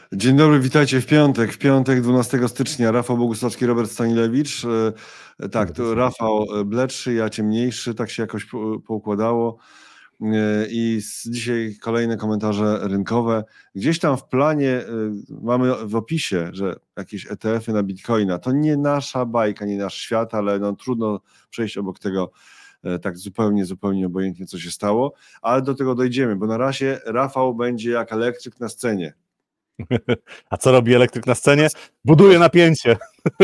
Dzień dobry, witajcie w piątek. W piątek 12 stycznia Rafał Bogusławski, Robert Stanilewicz. Tak, to Rafał bledszy, ja ciemniejszy, tak się jakoś poukładało. I dzisiaj kolejne komentarze rynkowe. Gdzieś tam w planie mamy w opisie, że jakieś ETF-y na Bitcoina. To nie nasza bajka, nie nasz świat, ale no, trudno przejść obok tego tak zupełnie obojętnie, co się stało. Ale do tego dojdziemy, bo na razie Rafał będzie jak elektryk na scenie. A co robi elektryk na scenie? Buduje napięcie.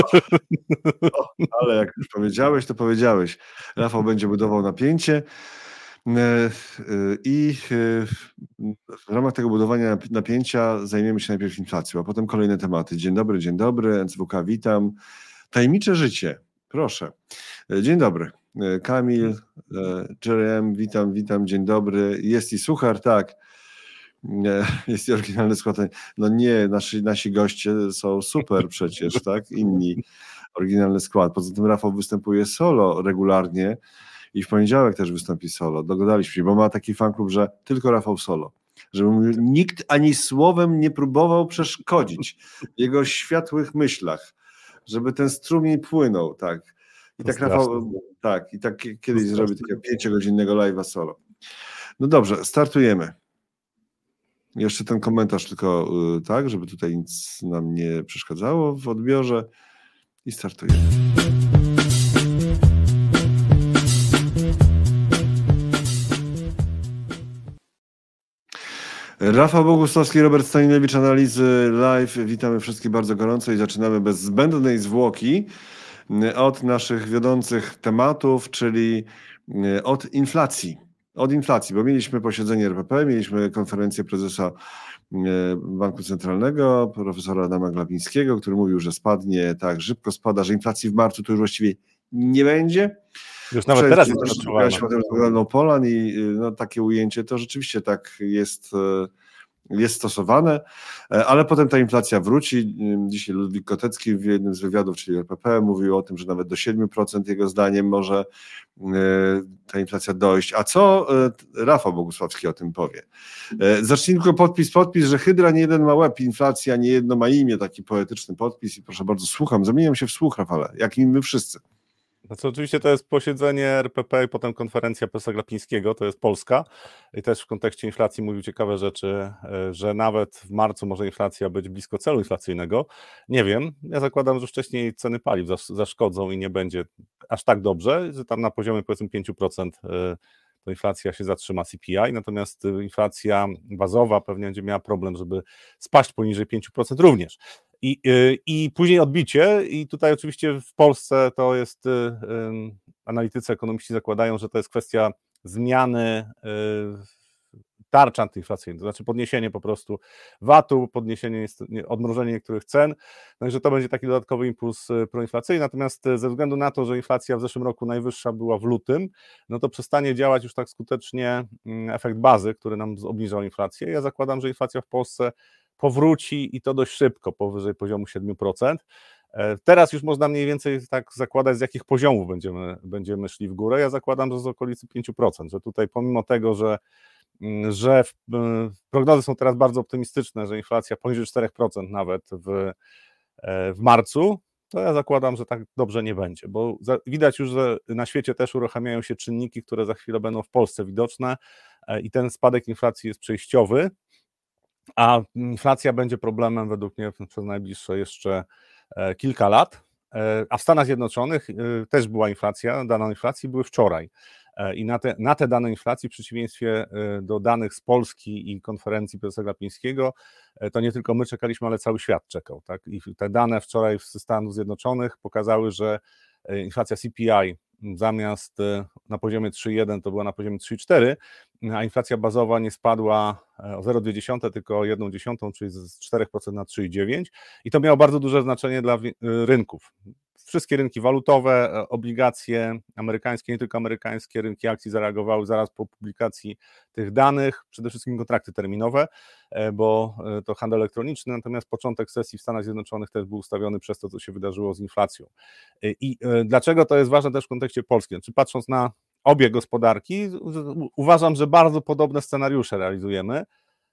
Ale jak już powiedziałeś, to powiedziałeś. Rafał będzie budował napięcie i w ramach tego budowania napięcia zajmiemy się najpierw inflacją, a potem kolejne tematy. Dzień dobry, NCWK, witam. Tajemnicze życie, proszę. Dzień dobry. Kamil, Jerry M, witam, dzień dobry. Jest i suchar, tak. Jest i oryginalny skład. No nie, nasi goście są super przecież, tak? Inni. Oryginalny skład. Poza tym Rafał występuje solo regularnie i w poniedziałek też wystąpi solo. Dogadaliśmy się, bo ma taki fanklub, że tylko Rafał solo. Żeby mu nikt ani słowem nie próbował przeszkodzić w jego światłych myślach, żeby ten strumień płynął, tak. I tak Rafał, tak, i tak kiedyś zrobi takiego 5-godzinnego live'a solo. No dobrze, startujemy. Jeszcze ten komentarz tylko tak, żeby tutaj nic nam nie przeszkadzało w odbiorze i startujemy. Rafał Bogusławski, Robert Stanilewicz, analizy live. Witamy wszystkich bardzo gorąco i zaczynamy bez zbędnej zwłoki od naszych wiodących tematów, czyli od inflacji. Od inflacji, bo mieliśmy posiedzenie RPP, mieliśmy konferencję prezesa Banku Centralnego, profesora Adama Glapińskiego, który mówił, że spadnie, tak, szybko spada, że inflacji w marcu to już właściwie nie będzie. Już nawet teraz jest odczuwalna. Polan i no, takie ujęcie to rzeczywiście tak jest stosowane, ale potem ta inflacja wróci. Dzisiaj Ludwik Kotecki w jednym z wywiadów, czyli RPP, mówił o tym, że nawet do 7% jego zdaniem może ta inflacja dojść. A co Rafał Bogusławski o tym powie? Zacznijmy tylko podpis, że hydra nie jeden ma łeb, inflacja nie jedno ma imię, taki poetyczny podpis i proszę bardzo, słucham, zamieniam się w słuch, Rafale, jak i my wszyscy. Znaczy, oczywiście to jest posiedzenie RPP i potem konferencja profesora Glapińskiego, to jest Polska i też w kontekście inflacji mówił ciekawe rzeczy, że nawet w marcu może inflacja być blisko celu inflacyjnego. Nie wiem, ja zakładam, że wcześniej ceny paliw zaszkodzą i nie będzie aż tak dobrze, że tam na poziomie powiedzmy 5% to inflacja się zatrzyma CPI, natomiast inflacja bazowa pewnie będzie miała problem, żeby spaść poniżej 5% również. I później odbicie i tutaj oczywiście w Polsce to jest, analitycy, ekonomiści zakładają, że to jest kwestia zmiany tarcz antyinflacyjnych, to znaczy podniesienie po prostu VAT-u, odmrożenie niektórych cen, także to będzie taki dodatkowy impuls proinflacyjny, natomiast ze względu na to, że inflacja w zeszłym roku najwyższa była w lutym, no to przestanie działać już tak skutecznie efekt bazy, który nam obniżał inflację. Ja zakładam, że inflacja w Polsce powróci i to dość szybko, powyżej poziomu 7%. Teraz już można mniej więcej tak zakładać, z jakich poziomów będziemy szli w górę. Ja zakładam, że z okolicy 5%, że tutaj pomimo tego, że prognozy są teraz bardzo optymistyczne, że inflacja poniżej 4% nawet w marcu, to ja zakładam, że tak dobrze nie będzie, bo widać już, że na świecie też uruchamiają się czynniki, które za chwilę będą w Polsce widoczne i ten spadek inflacji jest przejściowy, a inflacja będzie problemem według mnie przez najbliższe jeszcze kilka lat, a w Stanach Zjednoczonych też była inflacja, dane inflacji były wczoraj i na te dane inflacji w przeciwieństwie do danych z Polski i konferencji profesora Glapińskiego, to nie tylko my czekaliśmy, ale cały świat czekał, tak? I te dane wczoraj z Stanów Zjednoczonych pokazały, że inflacja CPI zamiast na poziomie 3,1 to była na poziomie 3,4, a inflacja bazowa nie spadła o 0,2, tylko o 0,1, czyli z 4% na 3,9 i to miało bardzo duże znaczenie dla rynków. Wszystkie rynki walutowe, obligacje amerykańskie, nie tylko amerykańskie, rynki akcji zareagowały zaraz po publikacji tych danych, przede wszystkim kontrakty terminowe, bo to handel elektroniczny, natomiast początek sesji w Stanach Zjednoczonych też był ustawiony przez to, co się wydarzyło z inflacją. I dlaczego to jest ważne też w kontekście polskim? Znaczy, patrząc na obie gospodarki, uważam, że bardzo podobne scenariusze realizujemy.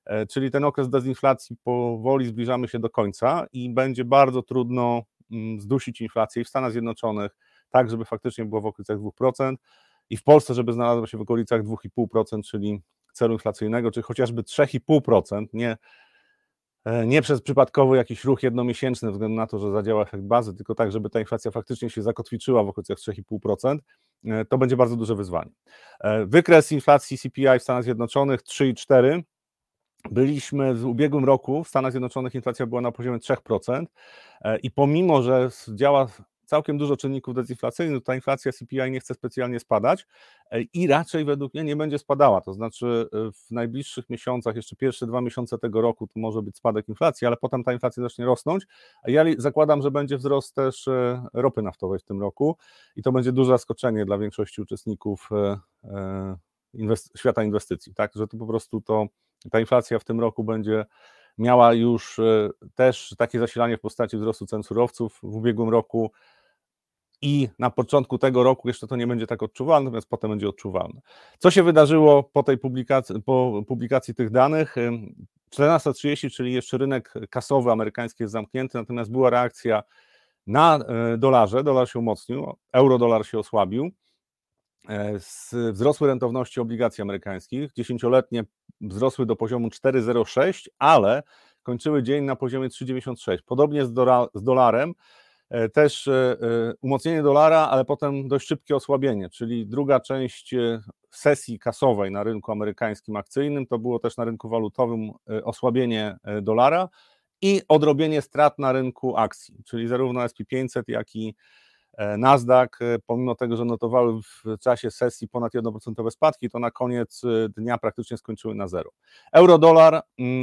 czyli ten okres dezinflacji powoli zbliżamy się do końca i będzie bardzo trudno zdusić inflację i w Stanach Zjednoczonych, tak żeby faktycznie było w okolicach 2% i w Polsce, żeby znalazła się w okolicach 2,5%, czyli celu inflacyjnego, czy chociażby 3,5%, nie przez przypadkowy jakiś ruch jednomiesięczny, ze względu na to, że zadziała efekt bazy, tylko tak, żeby ta inflacja faktycznie się zakotwiczyła w okolicach 3,5%, to będzie bardzo duże wyzwanie. Wykres inflacji CPI w Stanach Zjednoczonych 3,4%. Byliśmy w ubiegłym roku, w Stanach Zjednoczonych inflacja była na poziomie 3% i pomimo, że działa całkiem dużo czynników dezinflacyjnych, ta inflacja CPI nie chce specjalnie spadać i raczej według mnie nie będzie spadała, to znaczy w najbliższych miesiącach, jeszcze pierwsze 2 miesiące tego roku to może być spadek inflacji, ale potem ta inflacja zacznie rosnąć. Ja zakładam, że będzie wzrost też ropy naftowej w tym roku i to będzie duże zaskoczenie dla większości uczestników świata inwestycji, tak, że to po prostu ta inflacja w tym roku będzie miała już też takie zasilanie w postaci wzrostu cen surowców w ubiegłym roku i na początku tego roku jeszcze to nie będzie tak odczuwalne, natomiast potem będzie odczuwalne. Co się wydarzyło po tej publikacji tych danych? 14:30, czyli jeszcze rynek kasowy amerykański jest zamknięty, natomiast była reakcja na dolarze, dolar się umocnił, euro-dolar się osłabił, wzrosły rentowności obligacji amerykańskich, 10-letnie wzrosły do poziomu 4,06, ale kończyły dzień na poziomie 3,96. Podobnie z dolarem, też umocnienie dolara, ale potem dość szybkie osłabienie, czyli druga część sesji kasowej na rynku amerykańskim akcyjnym, to było też na rynku walutowym osłabienie dolara i odrobienie strat na rynku akcji, czyli zarówno S&P 500, jak i Nasdaq, pomimo tego, że notowały w czasie sesji ponad 1% spadki, to na koniec dnia praktycznie skończyły na zero. Euro-dolar,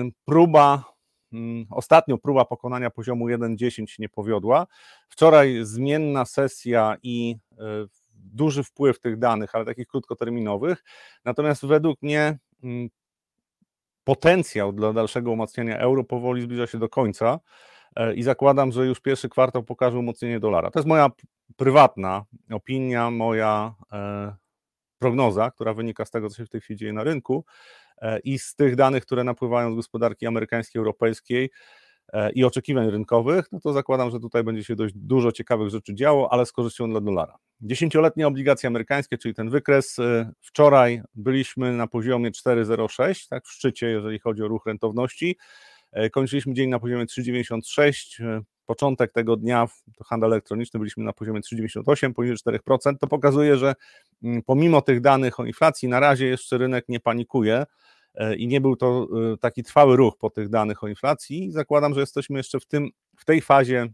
ostatnio próba pokonania poziomu 1,10 nie powiodła. Wczoraj zmienna sesja i duży wpływ tych danych, ale takich krótkoterminowych. Natomiast według mnie potencjał dla dalszego umacniania euro powoli zbliża się do końca i zakładam, że już pierwszy kwartał pokaże umocnienie dolara. To jest moja prywatna opinia, moja prognoza, która wynika z tego, co się w tej chwili dzieje na rynku i z tych danych, które napływają z gospodarki amerykańskiej, europejskiej i oczekiwań rynkowych, no to zakładam, że tutaj będzie się dość dużo ciekawych rzeczy działo, ale z korzyścią dla dolara. 10-letnie obligacje amerykańskie, czyli ten wykres, wczoraj byliśmy na poziomie 4,06, tak, w szczycie, jeżeli chodzi o ruch rentowności. Kończyliśmy dzień na poziomie 3,96, początek tego dnia, to handel elektroniczny, byliśmy na poziomie 3,98, poniżej 4%, to pokazuje, że pomimo tych danych o inflacji, na razie jeszcze rynek nie panikuje i nie był to taki trwały ruch po tych danych o inflacji. Zakładam, że jesteśmy jeszcze w tej fazie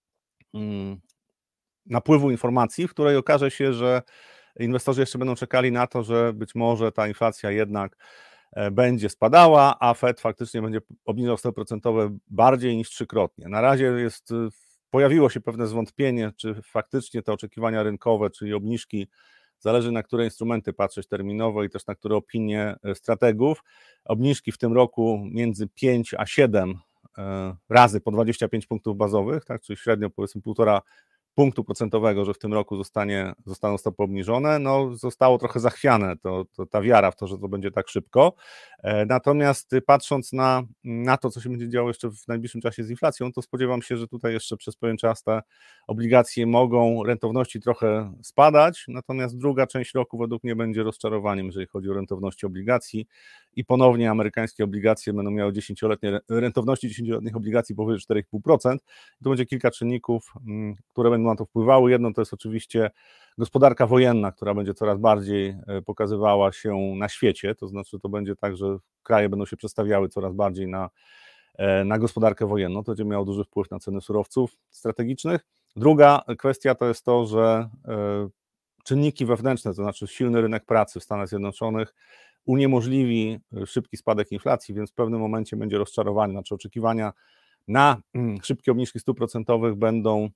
napływu informacji, w której okaże się, że inwestorzy jeszcze będą czekali na to, że być może ta inflacja jednak będzie spadała, a Fed faktycznie będzie obniżał stopy procentowe bardziej niż 3-krotnie. Na razie pojawiło się pewne zwątpienie, czy faktycznie te oczekiwania rynkowe, czyli obniżki, zależy na które instrumenty patrzeć terminowo i też na które opinie strategów. Obniżki w tym roku między 5 a 7 razy po 25 punktów bazowych, tak, czyli średnio powiedzmy 1,5 punktu procentowego, że w tym roku zostaną stopy obniżone, no zostało trochę zachwiane ta wiara w to, że to będzie tak szybko. Natomiast patrząc na to, co się będzie działo jeszcze w najbliższym czasie z inflacją, to spodziewam się, że tutaj jeszcze przez pewien czas te obligacje mogą rentowności trochę spadać, natomiast druga część roku według mnie będzie rozczarowaniem, jeżeli chodzi o rentowności obligacji i ponownie amerykańskie obligacje będą miały rentowności 10-letnich obligacji powyżej 4,5%. To będzie kilka czynników, które będą na to wpływały. Jedno to jest oczywiście gospodarka wojenna, która będzie coraz bardziej pokazywała się na świecie, to znaczy to będzie tak, że kraje będą się przestawiały coraz bardziej na gospodarkę wojenną, to będzie miało duży wpływ na ceny surowców strategicznych. Druga kwestia to jest to, że czynniki wewnętrzne, to znaczy silny rynek pracy w Stanach Zjednoczonych uniemożliwi szybki spadek inflacji, więc w pewnym momencie będzie rozczarowanie, znaczy oczekiwania na szybkie obniżki stóp procentowych będą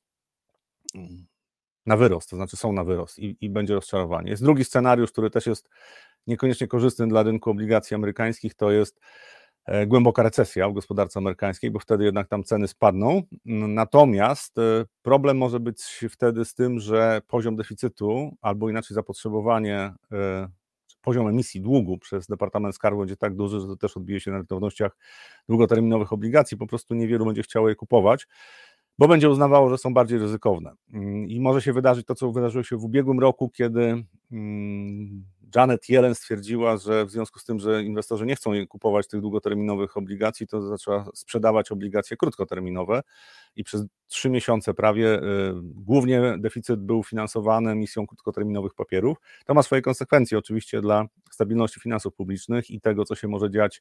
na wyrost, to znaczy są na wyrost i będzie rozczarowanie. Jest drugi scenariusz, który też jest niekoniecznie korzystny dla rynku obligacji amerykańskich, to jest głęboka recesja w gospodarce amerykańskiej, bo wtedy jednak tam ceny spadną. Natomiast problem może być wtedy z tym, że poziom deficytu, albo inaczej zapotrzebowanie, poziom emisji długu przez Departament Skarbu będzie tak duży, że to też odbije się na rentownościach długoterminowych obligacji, po prostu niewielu będzie chciało je kupować, bo będzie uznawało, że są bardziej ryzykowne. I może się wydarzyć to, co wydarzyło się w ubiegłym roku, kiedy Janet Yellen stwierdziła, że w związku z tym, że inwestorzy nie chcą kupować tych długoterminowych obligacji, to zaczęła sprzedawać obligacje krótkoterminowe i przez 3 miesiące prawie głównie deficyt był finansowany emisją krótkoterminowych papierów. To ma swoje konsekwencje oczywiście dla stabilności finansów publicznych i tego, co się może dziać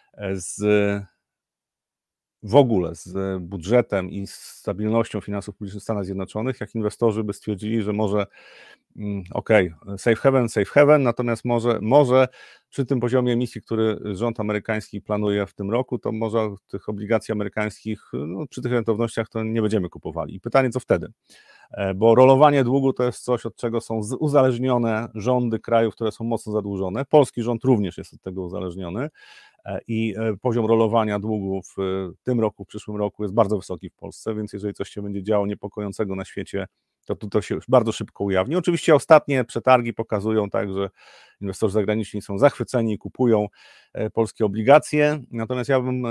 w ogóle z budżetem i stabilnością finansów publicznych w Stanach Zjednoczonych, jak inwestorzy by stwierdzili, że może safe haven, natomiast może przy tym poziomie emisji, który rząd amerykański planuje w tym roku, to może tych obligacji amerykańskich, przy tych rentownościach to nie będziemy kupowali. I pytanie, co wtedy? Bo rolowanie długu to jest coś, od czego są uzależnione rządy krajów, które są mocno zadłużone. Polski rząd również jest od tego uzależniony i poziom rolowania długu w tym roku, w przyszłym roku jest bardzo wysoki w Polsce, więc jeżeli coś się będzie działo niepokojącego na świecie, to się bardzo szybko ujawni. Oczywiście ostatnie przetargi pokazują tak, że inwestorzy zagraniczni są zachwyceni i kupują polskie obligacje, natomiast ja bym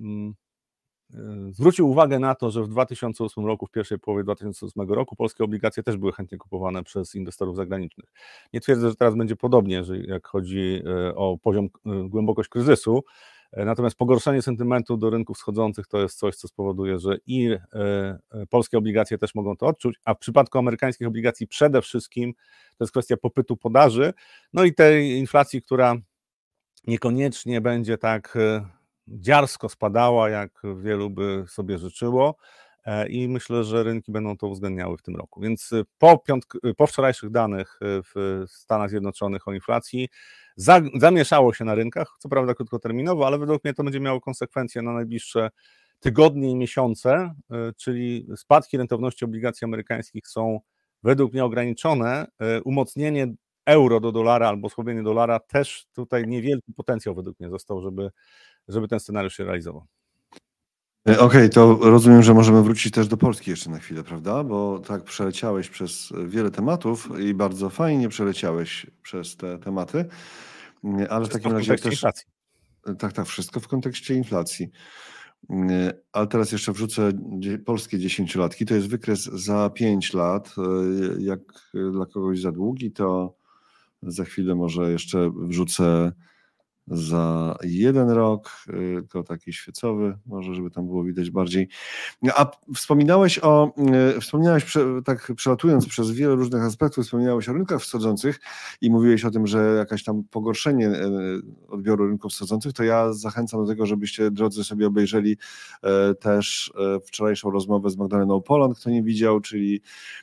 zwrócił uwagę na to, że w 2008 roku, w pierwszej połowie 2008 roku polskie obligacje też były chętnie kupowane przez inwestorów zagranicznych. Nie twierdzę, że teraz będzie podobnie, że jak chodzi o poziom, głębokość kryzysu, natomiast pogorszenie sentymentu do rynków wschodzących to jest coś, co spowoduje, że i polskie obligacje też mogą to odczuć, a w przypadku amerykańskich obligacji przede wszystkim to jest kwestia popytu, podaży, no i tej inflacji, która niekoniecznie będzie tak dziarsko spadała, jak wielu by sobie życzyło i myślę, że rynki będą to uwzględniały w tym roku. Więc po wczorajszych danych w Stanach Zjednoczonych o inflacji zamieszało się na rynkach, co prawda krótkoterminowo, ale według mnie to będzie miało konsekwencje na najbliższe tygodnie i miesiące, czyli spadki rentowności obligacji amerykańskich są według mnie ograniczone. Umocnienie euro do dolara albo osłabienie dolara też tutaj niewielki potencjał według mnie został, żeby ten scenariusz się realizował. Okej, to rozumiem, że możemy wrócić też do Polski jeszcze na chwilę, prawda? Bo tak przeleciałeś przez wiele tematów i bardzo fajnie przeleciałeś przez te tematy, ale w takim razie też... Inflacji. Tak, wszystko w kontekście inflacji. Ale teraz jeszcze wrzucę polskie 10-latki. To jest wykres za 5 lat. Jak dla kogoś za długi, to za chwilę może jeszcze wrzucę za 1 rok, to taki świecowy, może żeby tam było widać bardziej. A wspominałeś tak przelatując przez wiele różnych aspektów, wspominałeś o rynkach wschodzących i mówiłeś o tym, że jakaś tam pogorszenie odbioru rynków wschodzących, to ja zachęcam do tego, żebyście, drodzy, sobie obejrzeli też wczorajszą rozmowę z Magdaleną Polan, kto nie widział, czyli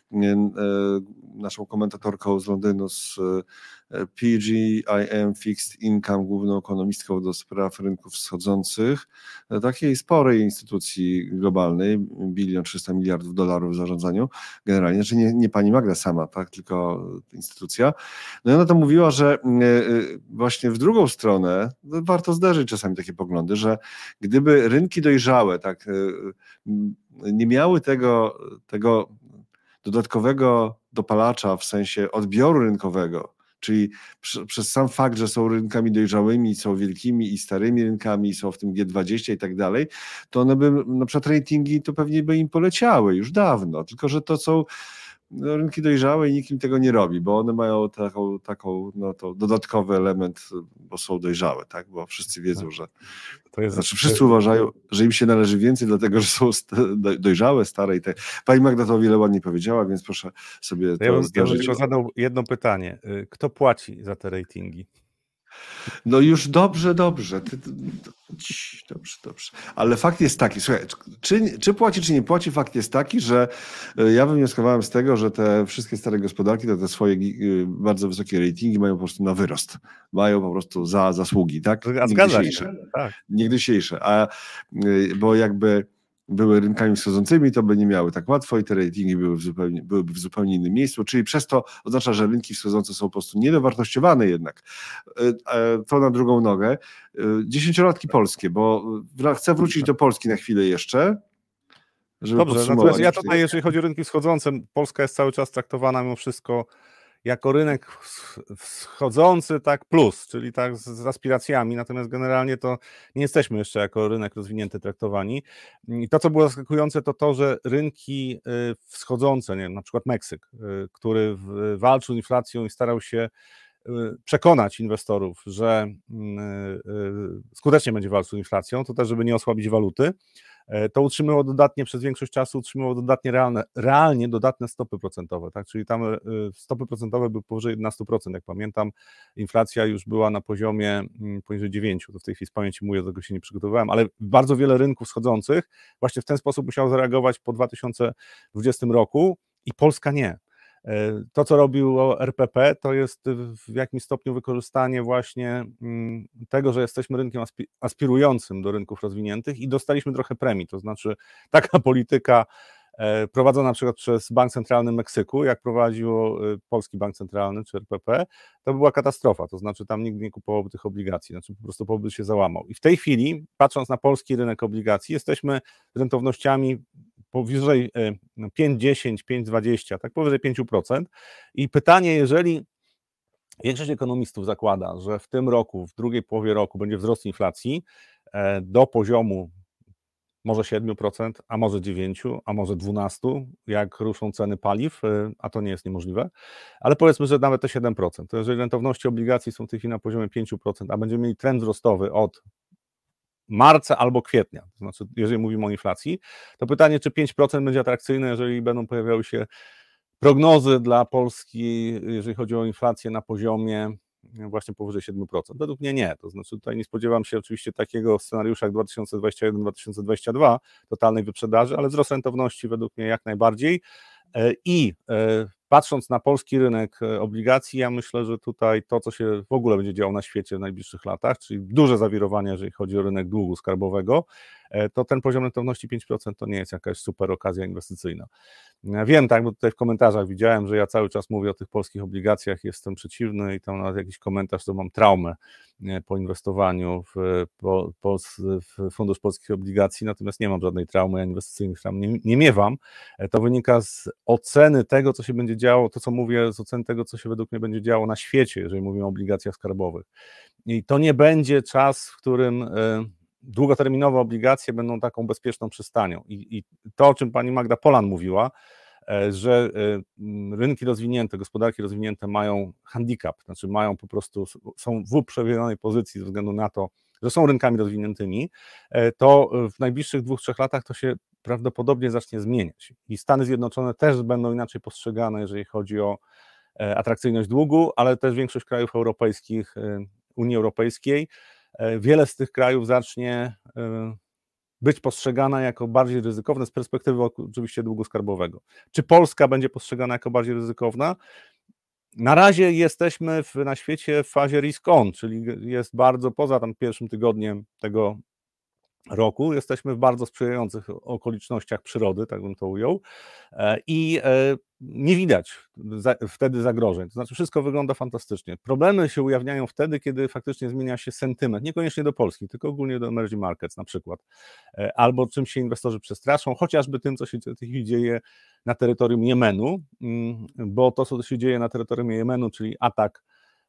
naszą komentatorką z Londynu, z PGIM Fixed Income, główną ekonomistką do spraw rynków wschodzących, takiej sporej instytucji globalnej, $1 300 miliardów w zarządzaniu generalnie, znaczy nie pani Magda sama, tak, tylko instytucja. No i ona to mówiła, że właśnie w drugą stronę warto zderzyć czasami takie poglądy, że gdyby rynki dojrzałe tak nie miały tego dodatkowego dopalacza w sensie odbioru rynkowego, czyli przez sam fakt, że są rynkami dojrzałymi, są wielkimi i starymi rynkami, są w tym G20 i tak dalej, to one by, na przykład ratingi, to pewnie by im poleciały już dawno, tylko że to są rynki dojrzałe i nikt im tego nie robi, bo one mają taką to dodatkowy element, bo są dojrzałe, tak? Bo wszyscy wiedzą, że wszyscy uważają, że im się należy więcej, dlatego że są dojrzałe, stare i te. Pani Magda to o wiele ładniej powiedziała, więc proszę sobie to zdarzyć. Ja bym tylko zadał jedno pytanie. Kto płaci za te ratingi? No już dobrze. Dobrze. Ale fakt jest taki, słuchaj, czy płaci, czy nie płaci, fakt jest taki, że ja wywnioskowałem z tego, że te wszystkie stare gospodarki, te swoje bardzo wysokie ratingi mają po prostu na wyrost. Mają po prostu za zasługi, tak? Niegdysiejsze. Bo jakby były rynkami wschodzącymi, to by nie miały tak łatwo i te ratingi byłyby w zupełnie innym miejscu, czyli przez to oznacza, że rynki wschodzące są po prostu niedowartościowane jednak. To na drugą nogę. 10-latki polskie, bo chcę wrócić do Polski na chwilę jeszcze, żeby Dobrze, natomiast ja tutaj, jeżeli chodzi o rynki wschodzące, Polska jest cały czas traktowana mimo wszystko jako rynek wschodzący, tak plus, czyli tak z aspiracjami, natomiast generalnie to nie jesteśmy jeszcze jako rynek rozwinięty traktowani. I to, co było zaskakujące, to to, że rynki wschodzące, nie wiem, na przykład Meksyk, który walczył z inflacją i starał się przekonać inwestorów, że skutecznie będzie walczył z inflacją, to też, żeby nie osłabić waluty, to utrzymywało dodatnie, przez większość czasu utrzymywało dodatnie realnie dodatne stopy procentowe, tak? Czyli tam stopy procentowe były powyżej 11%, jak pamiętam, inflacja już była na poziomie poniżej 9%, to w tej chwili z pamięci mówię, do tego się nie przygotowałem, ale bardzo wiele rynków wschodzących właśnie w ten sposób musiało zareagować po 2020 roku i Polska nie. To, co robił RPP, to jest w jakimś stopniu wykorzystanie właśnie tego, że jesteśmy rynkiem aspirującym do rynków rozwiniętych i dostaliśmy trochę premii, to znaczy taka polityka prowadzona na przykład przez Bank Centralny Meksyku, jak prowadził Polski Bank Centralny czy RPP, to była katastrofa, to znaczy tam nikt nie kupowałby tych obligacji, znaczy po prostu pobyt się załamał. I w tej chwili, patrząc na polski rynek obligacji, jesteśmy z rentownościami powyżej 5,10, 5,20, tak powyżej 5%. I pytanie, jeżeli większość ekonomistów zakłada, że w tym roku, w drugiej połowie roku będzie wzrost inflacji do poziomu może 7%, a może 9%, a może 12%, jak ruszą ceny paliw, a to nie jest niemożliwe, ale powiedzmy, że nawet te 7%, to jeżeli rentowności obligacji są w tej chwili na poziomie 5%, a będziemy mieli trend wzrostowy od marca albo kwietnia, to znaczy jeżeli mówimy o inflacji, to pytanie, czy 5% będzie atrakcyjne, jeżeli będą pojawiały się prognozy dla Polski, jeżeli chodzi o inflację na poziomie właśnie powyżej 7%. Według mnie nie, to znaczy tutaj nie spodziewam się oczywiście takiego scenariusza jak 2021-2022, totalnej wyprzedaży, ale wzrost rentowności według mnie jak najbardziej i patrząc na polski rynek obligacji, ja myślę, że tutaj to, co się w ogóle będzie działo na świecie w najbliższych latach, czyli duże zawirowania, jeżeli chodzi o rynek długu skarbowego, to ten poziom rentowności 5% to nie jest jakaś super okazja inwestycyjna. Wiem, tak, bo tutaj w komentarzach widziałem, że ja cały czas mówię o tych polskich obligacjach, jestem przeciwny i tam nawet jakiś komentarz, że mam traumę po inwestowaniu w Fundusz Polskich Obligacji, natomiast nie mam żadnej traumy, ja inwestycyjnych traum nie miewam. To wynika z oceny tego, co się będzie działo, to co mówię, z oceny tego, co się według mnie będzie działo na świecie, jeżeli mówimy o obligacjach skarbowych. I to nie będzie czas, w którym długoterminowe obligacje będą taką bezpieczną przystanią. I to, o czym pani Magda Polan mówiła, że rynki rozwinięte, gospodarki rozwinięte mają handicap, znaczy mają po prostu, są w uprzywilejowanej pozycji ze względu na to, że są rynkami rozwiniętymi, to w najbliższych 2-3 latach to się prawdopodobnie zacznie zmieniać. I Stany Zjednoczone też będą inaczej postrzegane, jeżeli chodzi o atrakcyjność długu, ale też większość krajów europejskich, Unii Europejskiej. Wiele z tych krajów zacznie być postrzegana jako bardziej ryzykowne z perspektywy oczywiście długu skarbowego. Czy Polska będzie postrzegana jako bardziej ryzykowna? Na razie jesteśmy na świecie w fazie risk on, czyli jest bardzo poza tam pierwszym tygodniem tego roku, jesteśmy w bardzo sprzyjających okolicznościach przyrody, tak bym to ujął, i nie widać wtedy zagrożeń, to znaczy wszystko wygląda fantastycznie. Problemy się ujawniają wtedy, kiedy faktycznie zmienia się sentyment, niekoniecznie do Polski, tylko ogólnie do emerging markets na przykład, albo czym się inwestorzy przestraszą, chociażby tym, co się dzieje na terytorium Jemenu, bo to, co się dzieje na terytorium Jemenu, czyli atak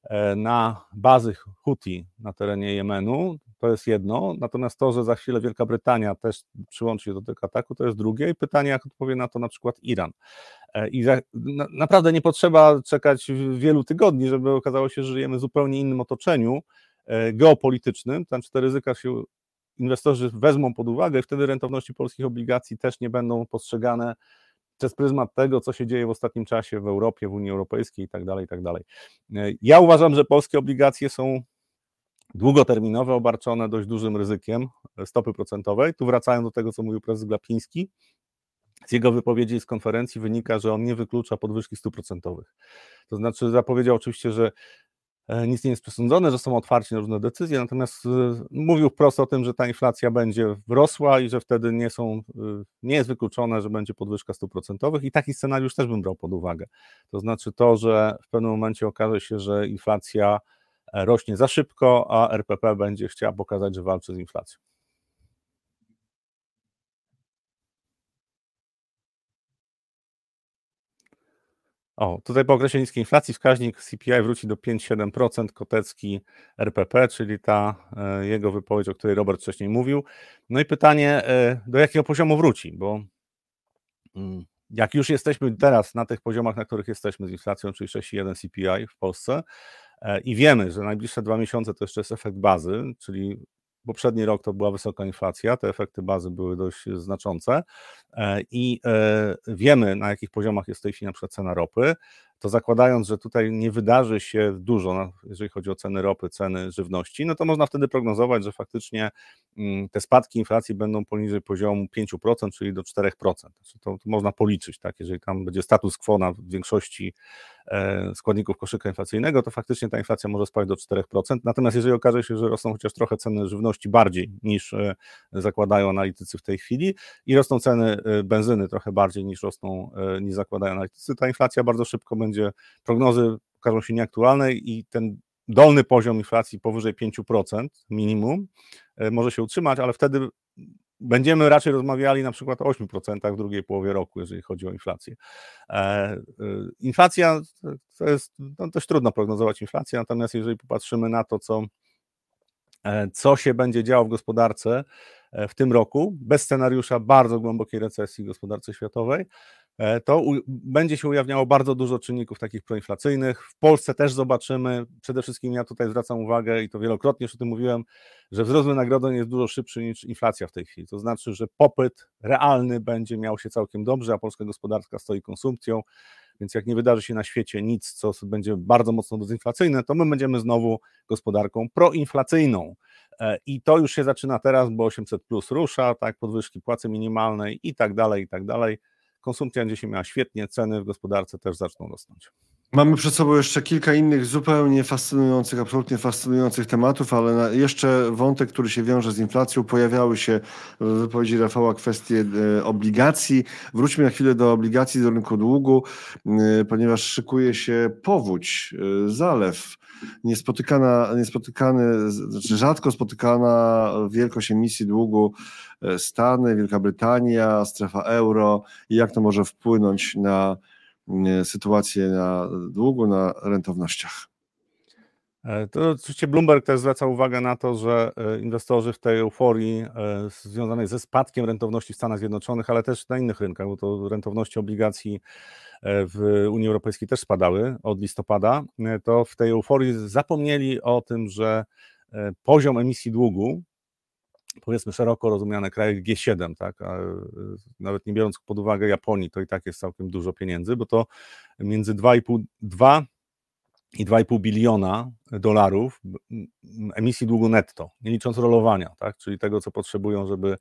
na bazy Huti na terenie Jemenu, to jest jedno, natomiast to, że za chwilę Wielka Brytania też przyłączy się do tego ataku, to jest drugie i pytanie, jak odpowie na to na przykład Iran. I naprawdę nie potrzeba czekać wielu tygodni, żeby okazało się, że żyjemy w zupełnie innym otoczeniu geopolitycznym, tam te ryzyka się inwestorzy wezmą pod uwagę i wtedy rentowności polskich obligacji też nie będą postrzegane przez pryzmat tego, co się dzieje w ostatnim czasie w Europie, w Unii Europejskiej i tak dalej, i tak dalej. Ja uważam, że polskie obligacje są długoterminowe, obarczone dość dużym ryzykiem stopy procentowej. Tu wracając do tego, co mówił prezes Glapiński, z jego wypowiedzi z konferencji wynika, że on nie wyklucza podwyżki stóp procentowych. To znaczy zapowiedział oczywiście, że nic nie jest przesądzone, że są otwarci na różne decyzje, natomiast mówił wprost o tym, że ta inflacja będzie rosła i że wtedy nie jest wykluczone, że będzie podwyżka stóp procentowych i taki scenariusz też bym brał pod uwagę. To znaczy to, że w pewnym momencie okaże się, że inflacja rośnie za szybko, a RPP będzie chciała pokazać, że walczy z inflacją. Tutaj po okresie niskiej inflacji wskaźnik CPI wróci do 5,7%, Kotecki RPP, czyli ta jego wypowiedź, o której Robert wcześniej mówił. No i pytanie, do jakiego poziomu wróci, bo jak już jesteśmy teraz na tych poziomach, na których jesteśmy z inflacją, czyli 6,1 CPI w Polsce i wiemy, że najbliższe 2 miesiące to jeszcze jest efekt bazy, czyli poprzedni rok to była wysoka inflacja, te efekty bazy były dość znaczące i wiemy, na jakich poziomach jest w tej chwili na przykład cena ropy, to zakładając, że tutaj nie wydarzy się dużo, jeżeli chodzi o ceny ropy, ceny żywności, no to można wtedy prognozować, że faktycznie te spadki inflacji będą poniżej poziomu 5%, czyli do 4%. To można policzyć, tak? Jeżeli tam będzie status quo na większości składników koszyka inflacyjnego, to faktycznie ta inflacja może spaść do 4%. Natomiast jeżeli okaże się, że rosną chociaż trochę ceny żywności bardziej niż zakładają analitycy w tej chwili i rosną ceny benzyny trochę bardziej niż zakładają analitycy, ta inflacja bardzo szybko będzie, prognozy okażą się nieaktualne i ten dolny poziom inflacji powyżej 5% minimum może się utrzymać, ale wtedy będziemy raczej rozmawiali na przykład o 8% w drugiej połowie roku, jeżeli chodzi o inflację. Inflacja to jest dość trudno prognozować inflację, natomiast jeżeli popatrzymy na to, co się będzie działo w gospodarce w tym roku, bez scenariusza bardzo głębokiej recesji w gospodarce światowej, to będzie się ujawniało bardzo dużo czynników takich proinflacyjnych. W Polsce też zobaczymy, przede wszystkim ja tutaj zwracam uwagę i to wielokrotnie już o tym mówiłem, że wzrost wynagrodzeń jest dużo szybszy niż inflacja w tej chwili. To znaczy, że popyt realny będzie miał się całkiem dobrze, a polska gospodarka stoi konsumpcją, więc jak nie wydarzy się na świecie nic, co będzie bardzo mocno dezinflacyjne, to my będziemy znowu gospodarką proinflacyjną. I to już się zaczyna teraz, bo 800 plus rusza, tak, podwyżki płacy minimalnej i tak dalej, i tak dalej. Konsumpcja będzie się miała świetnie, ceny w gospodarce też zaczną rosnąć. Mamy przed sobą jeszcze kilka innych zupełnie fascynujących, absolutnie fascynujących tematów, ale jeszcze wątek, który się wiąże z inflacją, pojawiały się w wypowiedzi Rafała kwestie obligacji. Wróćmy na chwilę do obligacji, do rynku długu, ponieważ szykuje się powódź, zalew, znaczy rzadko spotykana wielkość emisji długu Stany, Wielka Brytania, strefa euro i jak to może wpłynąć na sytuację na długu, na rentownościach. To oczywiście Bloomberg też zwraca uwagę na to, że inwestorzy w tej euforii związanej ze spadkiem rentowności w Stanach Zjednoczonych, ale też na innych rynkach, bo to rentowności obligacji w Unii Europejskiej też spadały od listopada, to w tej euforii zapomnieli o tym, że poziom emisji długu, powiedzmy szeroko rozumiane kraje G7, tak, a nawet nie biorąc pod uwagę Japonii, to i tak jest całkiem dużo pieniędzy, bo to między 2 i 2,5 biliona dolarów emisji długu netto, nie licząc rolowania, tak, czyli tego, co potrzebują, żeby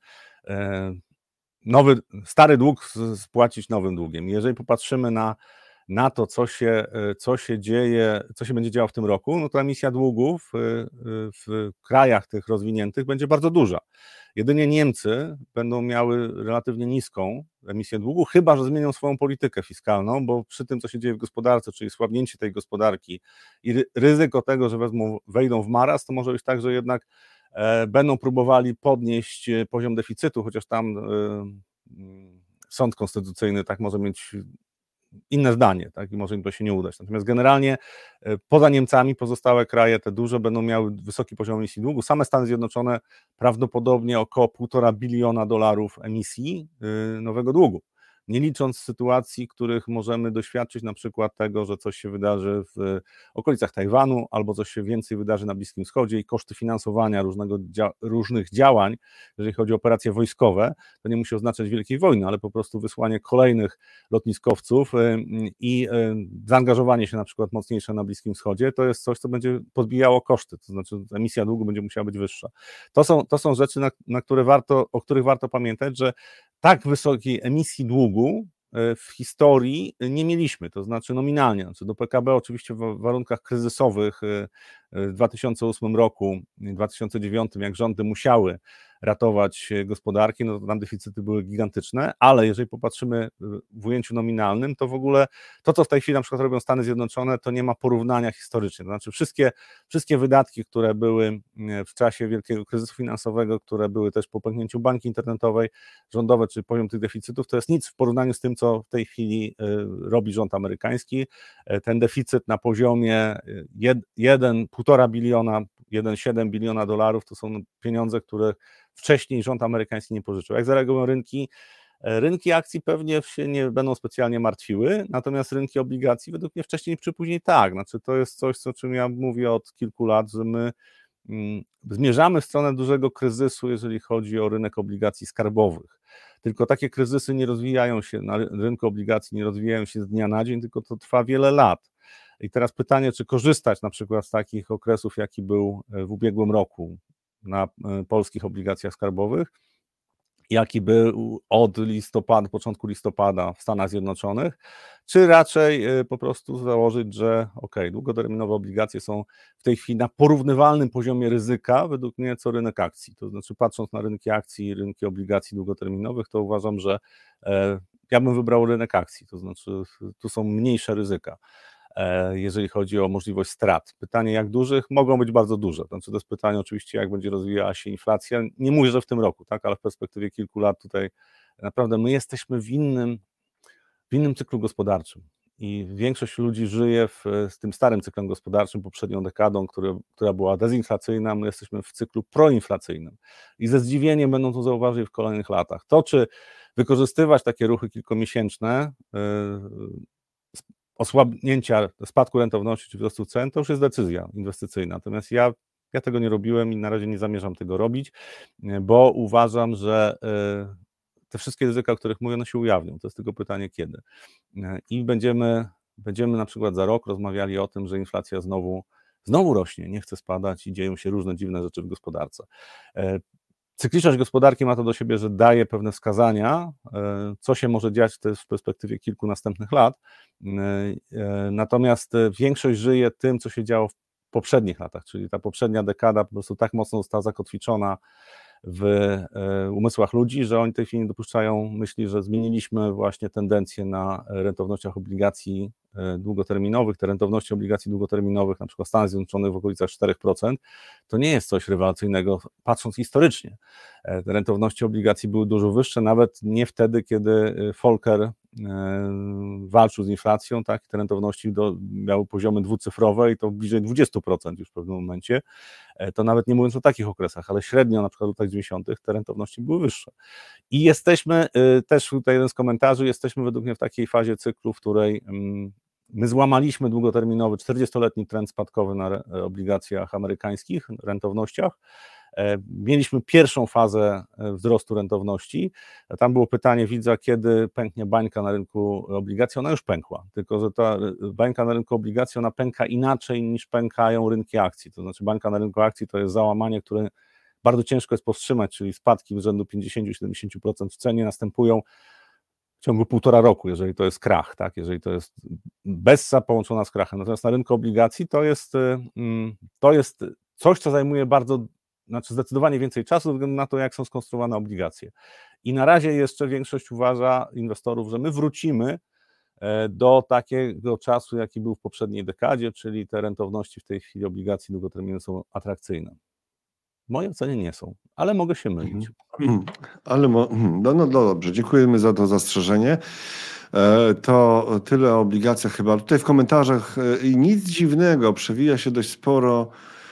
stary dług spłacić nowym długiem. Jeżeli popatrzymy na to, co się dzieje, co się będzie działo w tym roku, no to emisja długów w krajach tych rozwiniętych będzie bardzo duża. Jedynie Niemcy będą miały relatywnie niską emisję długu, chyba że zmienią swoją politykę fiskalną, bo przy tym, co się dzieje w gospodarce, czyli słabnięcie tej gospodarki i ryzyko tego, że wejdą w marazm, to może być tak, że jednak będą próbowali podnieść poziom deficytu, chociaż tam sąd konstytucyjny tak może mieć inne zdanie, tak, i może im to się nie udać. Natomiast generalnie poza Niemcami pozostałe kraje, te duże, będą miały wysoki poziom emisji długu. Same Stany Zjednoczone prawdopodobnie około 1,5 biliona dolarów emisji nowego długu. Nie licząc sytuacji, których możemy doświadczyć, na przykład tego, że coś się wydarzy w okolicach Tajwanu, albo coś się więcej wydarzy na Bliskim Wschodzie i koszty finansowania różnych działań, jeżeli chodzi o operacje wojskowe, to nie musi oznaczać wielkiej wojny, ale po prostu wysłanie kolejnych lotniskowców i zaangażowanie się na przykład mocniejsze na Bliskim Wschodzie, to jest coś, co będzie podbijało koszty, to znaczy emisja długu będzie musiała być wyższa. To są rzeczy, o których warto pamiętać, że tak wysokiej emisji długu w historii nie mieliśmy, to znaczy nominalnie. Znaczy do PKB oczywiście w warunkach kryzysowych w 2008 roku, 2009, jak rządy musiały ratować gospodarki, no to tam deficyty były gigantyczne, ale jeżeli popatrzymy w ujęciu nominalnym, to w ogóle to, co w tej chwili na przykład robią Stany Zjednoczone, to nie ma porównania historycznie, to znaczy wszystkie wydatki, które były w czasie wielkiego kryzysu finansowego, które były też po pęknięciu bańki internetowej, rządowe, czy poziom tych deficytów, to jest nic w porównaniu z tym, co w tej chwili robi rząd amerykański. Ten deficyt na poziomie 1,5 biliona, 1,7 biliona dolarów to są pieniądze, które wcześniej rząd amerykański nie pożyczył. Jak zareagują rynki? Rynki akcji pewnie się nie będą specjalnie martwiły, natomiast rynki obligacji według mnie wcześniej czy później tak. Znaczy to jest coś, o czym ja mówię od kilku lat, że my zmierzamy w stronę dużego kryzysu, jeżeli chodzi o rynek obligacji skarbowych. Tylko takie kryzysy nie rozwijają się na rynku obligacji, nie rozwijają się z dnia na dzień, tylko to trwa wiele lat. I teraz pytanie, czy korzystać na przykład z takich okresów, jaki był w ubiegłym roku na polskich obligacjach skarbowych, jaki był od listopada, początku listopada w Stanach Zjednoczonych, czy raczej po prostu założyć, że długoterminowe obligacje są w tej chwili na porównywalnym poziomie ryzyka według mnie co rynek akcji. To znaczy patrząc na rynki akcji i rynki obligacji długoterminowych, to uważam, że ja bym wybrał rynek akcji, to znaczy tu są mniejsze ryzyka, jeżeli chodzi o możliwość strat. Pytanie jak dużych? Mogą być bardzo duże. Znaczy to jest pytanie oczywiście, jak będzie rozwijała się inflacja. Nie mówię, że w tym roku, tak, ale w perspektywie kilku lat tutaj naprawdę my jesteśmy w innym cyklu gospodarczym i większość ludzi żyje z tym starym cyklem gospodarczym, poprzednią dekadą, która była dezinflacyjna, my jesteśmy w cyklu proinflacyjnym i ze zdziwieniem będą to zauważyli w kolejnych latach. To, czy wykorzystywać takie ruchy kilkumiesięczne, osłabnięcia, spadku rentowności czy wzrostu cen, to już jest decyzja inwestycyjna. Natomiast ja tego nie robiłem i na razie nie zamierzam tego robić, bo uważam, że te wszystkie ryzyka, o których mówię, one się ujawnią. To jest tylko pytanie kiedy. I będziemy na przykład za rok rozmawiali o tym, że inflacja znowu rośnie, nie chce spadać i dzieją się różne dziwne rzeczy w gospodarce. Cykliczność gospodarki ma to do siebie, że daje pewne wskazania, co się może dziać też w perspektywie kilku następnych lat, natomiast większość żyje tym, co się działo w poprzednich latach, czyli ta poprzednia dekada po prostu tak mocno została zakotwiczona w umysłach ludzi, że oni w tej chwili nie dopuszczają myśli, że zmieniliśmy właśnie tendencję na rentownościach obligacji długoterminowych. Te rentowności obligacji długoterminowych, na przykład w Stanach Zjednoczonych w okolicach 4%, to nie jest coś rewelacyjnego, patrząc historycznie. Te rentowności obligacji były dużo wyższe, nawet nie wtedy, kiedy Volcker walczył z inflacją, tak, te rentowności miały poziomy dwucyfrowe i to bliżej 20% już w pewnym momencie, to nawet nie mówiąc o takich okresach, ale średnio na przykład w latach 90. te rentowności były wyższe. I jesteśmy, też tutaj jeden z komentarzy, jesteśmy według mnie w takiej fazie cyklu, w której my złamaliśmy długoterminowy 40-letni trend spadkowy na obligacjach amerykańskich, rentownościach. Mieliśmy pierwszą fazę wzrostu rentowności. Tam było pytanie widza, kiedy pęknie bańka na rynku obligacji. Ona już pękła, tylko że ta bańka na rynku obligacji, ona pęka inaczej niż pękają rynki akcji. To znaczy bańka na rynku akcji to jest załamanie, które bardzo ciężko jest powstrzymać, czyli spadki rzędu 50-70% w cenie następują w ciągu 1,5 roku, jeżeli to jest krach, tak? Jeżeli to jest bessa połączona z krachem. Natomiast na rynku obligacji to jest coś, co zajmuje zdecydowanie więcej czasu, ze względu na to, jak są skonstruowane obligacje. I na razie jeszcze większość uważa, inwestorów, że my wrócimy do takiego czasu, jaki był w poprzedniej dekadzie, czyli te rentowności w tej chwili obligacji długoterminowych są atrakcyjne. W mojej ocenie nie są, ale mogę się mylić. Ale no dobrze, dziękujemy za to zastrzeżenie. To tyle o obligacjach chyba. Tutaj w komentarzach i nic dziwnego, przewija się dość sporo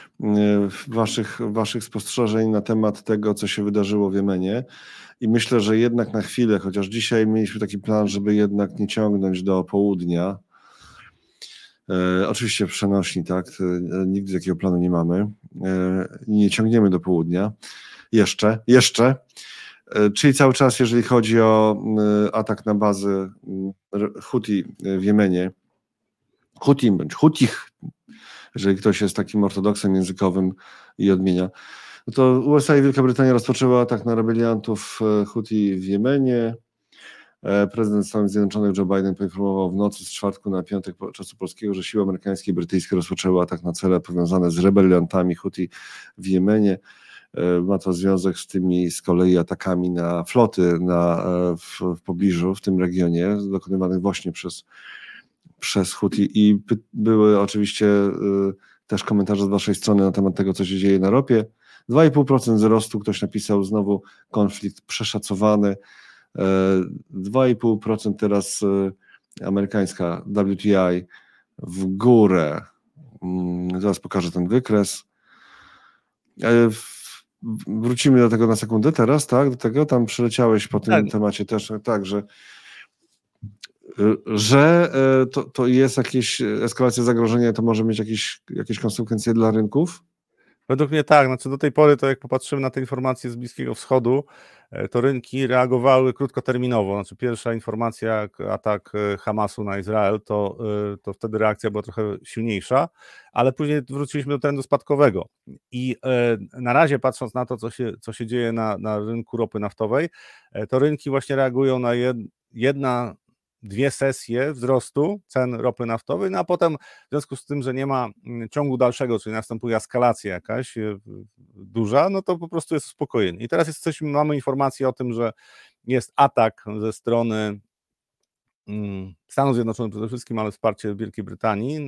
waszych spostrzeżeń na temat tego, co się wydarzyło w Jemenie. I myślę, że jednak na chwilę, chociaż dzisiaj mieliśmy taki plan, żeby jednak nie ciągnąć do południa. Oczywiście w przenośni, tak? Nigdy takiego planu nie mamy. Nie ciągniemy do południa. Jeszcze. Czyli cały czas, jeżeli chodzi o atak na bazy Huti w Jemenie, Hutich, jeżeli ktoś jest takim ortodoksem językowym i odmienia, no to USA i Wielka Brytania rozpoczęły atak na rebeliantów Huti w Jemenie. Prezydent Stanów Zjednoczonych Joe Biden poinformował w nocy z czwartku na piątek czasu polskiego, że siły amerykańskie i brytyjskie rozpoczęły atak na cele powiązane z rebeliantami Huti w Jemenie. Ma to związek z tymi z kolei atakami na floty w pobliżu, w tym regionie, dokonywanych właśnie przez Huti i były oczywiście też komentarze z waszej strony na temat tego, co się dzieje na ropie. 2,5% wzrostu, ktoś napisał znowu konflikt przeszacowany. 2,5% teraz amerykańska WTI w górę. Zaraz pokażę ten wykres. Wrócimy do tego na sekundę teraz, tak? Do tego tam przyleciałeś po tym temacie też, tak, że to jest jakieś eskalacja zagrożenia, to może mieć jakieś konsekwencje dla rynków? Według mnie tak, znaczy do tej pory to jak popatrzymy na te informacje z Bliskiego Wschodu, to rynki reagowały krótkoterminowo, znaczy pierwsza informacja jak atak Hamasu na Izrael, to wtedy reakcja była trochę silniejsza, ale później wróciliśmy do trendu spadkowego i na razie patrząc na to, co się dzieje na rynku ropy naftowej, to rynki właśnie reagują na dwie sesje wzrostu cen ropy naftowej, no a potem w związku z tym, że nie ma ciągu dalszego, czyli następuje eskalacja jakaś duża, no to po prostu jest uspokojenie. I teraz mamy informację o tym, że jest atak ze strony Stanów Zjednoczonych przede wszystkim, ale wsparcie Wielkiej Brytanii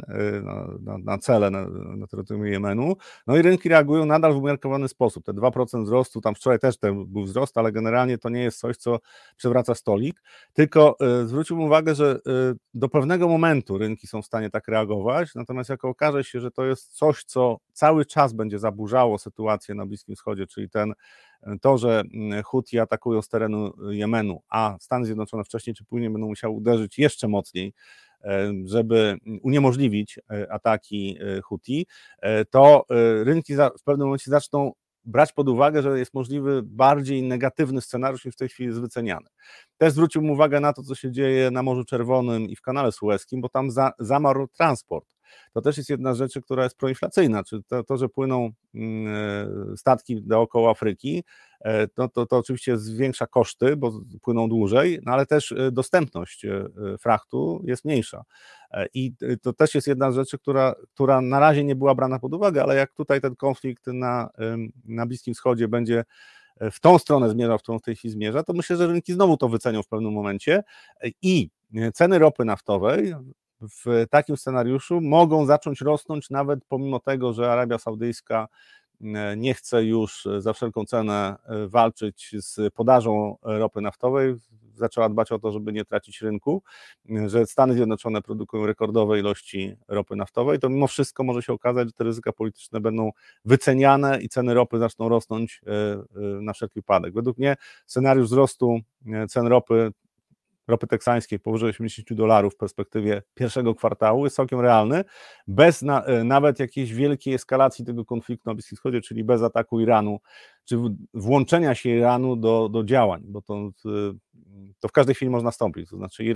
na cele na terytorium Jemenu. No i rynki reagują nadal w umiarkowany sposób. Te 2% wzrostu, tam wczoraj też był wzrost, ale generalnie to nie jest coś, co przewraca stolik. Tylko zwróciłbym uwagę, że do pewnego momentu rynki są w stanie tak reagować, natomiast jak okaże się, że to jest coś, co cały czas będzie zaburzało sytuację na Bliskim Wschodzie, czyli to, że Huti atakują z terenu Jemenu, a Stany Zjednoczone wcześniej czy później będą musiały uderzyć jeszcze mocniej, żeby uniemożliwić ataki Huti, to rynki w pewnym momencie zaczną brać pod uwagę, że jest możliwy bardziej negatywny scenariusz niż w tej chwili jest wyceniany. Też zwróciłbym uwagę na to, co się dzieje na Morzu Czerwonym i w Kanale Sueskim, bo tam zamarł transport. To też jest jedna z rzeczy, która jest proinflacyjna, czyli to, że płyną statki dookoła Afryki, to oczywiście zwiększa koszty, bo płyną dłużej, no ale też dostępność frachtu jest mniejsza. I to też jest jedna z rzeczy, która na razie nie była brana pod uwagę, ale jak tutaj ten konflikt na Bliskim Wschodzie będzie w tą stronę zmierzał, w którą w tej chwili zmierza, to myślę, że rynki znowu to wycenią w pewnym momencie i ceny ropy naftowej w takim scenariuszu mogą zacząć rosnąć nawet pomimo tego, że Arabia Saudyjska nie chce już za wszelką cenę walczyć z podażą ropy naftowej, zaczęła dbać o to, żeby nie tracić rynku, że Stany Zjednoczone produkują rekordowe ilości ropy naftowej, to mimo wszystko może się okazać, że te ryzyka polityczne będą wyceniane i ceny ropy zaczną rosnąć na wszelki wypadek. Według mnie scenariusz wzrostu cen ropy teksańskiej powyżej $80 w perspektywie pierwszego kwartału jest całkiem realny, bez nawet jakiejś wielkiej eskalacji tego konfliktu na Bliskim Wschodzie, czyli bez ataku Iranu, czy włączenia się Iranu do działań, bo to w każdej chwili może nastąpić, to znaczy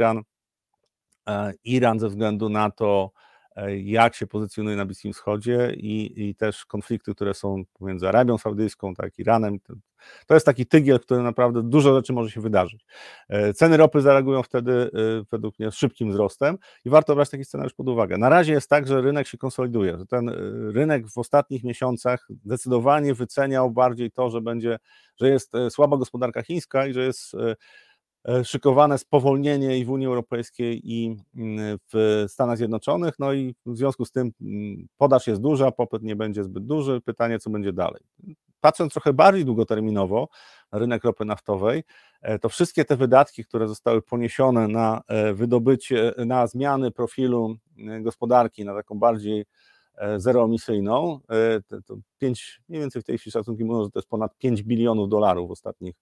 Iran ze względu na to, jak się pozycjonuje na Bliskim Wschodzie i też konflikty, które są pomiędzy Arabią Saudyjską, tak, Iranem. To jest taki tygiel, w którym naprawdę dużo rzeczy może się wydarzyć. Ceny ropy zareagują wtedy według mnie szybkim wzrostem i warto brać taki scenariusz pod uwagę. Na razie jest tak, że rynek się konsoliduje, że ten rynek w ostatnich miesiącach zdecydowanie wyceniał bardziej to, że jest słaba gospodarka chińska i że jest szykowane spowolnienie i w Unii Europejskiej i w Stanach Zjednoczonych, no i w związku z tym podaż jest duża, popyt nie będzie zbyt duży, pytanie co będzie dalej. Patrząc trochę bardziej długoterminowo na rynek ropy naftowej, to wszystkie te wydatki, które zostały poniesione na wydobycie, na zmiany profilu gospodarki, na taką bardziej zeroemisyjną, to mniej więcej w tej chwili szacunki mówią, że to jest ponad $5 bilionów w ostatnich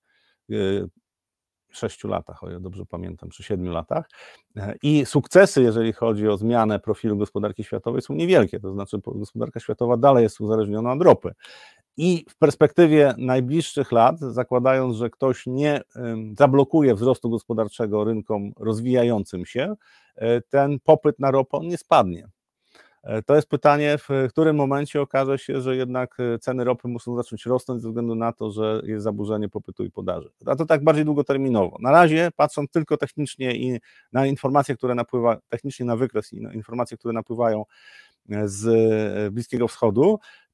6 latach, o ile dobrze pamiętam, czy 7 latach. I sukcesy, jeżeli chodzi o zmianę profilu gospodarki światowej, są niewielkie, to znaczy gospodarka światowa dalej jest uzależniona od ropy. I w perspektywie najbliższych lat, zakładając, że ktoś nie zablokuje wzrostu gospodarczego rynkom rozwijającym się, ten popyt na ropę nie spadnie. To jest pytanie, w którym momencie okaże się, że jednak ceny ropy muszą zacząć rosnąć ze względu na to, że jest zaburzenie popytu i podaży. A to tak bardziej długoterminowo. Na razie, patrząc tylko technicznie i na informacje, które technicznie na wykres i na informacje, które napływają z Bliskiego Wschodu,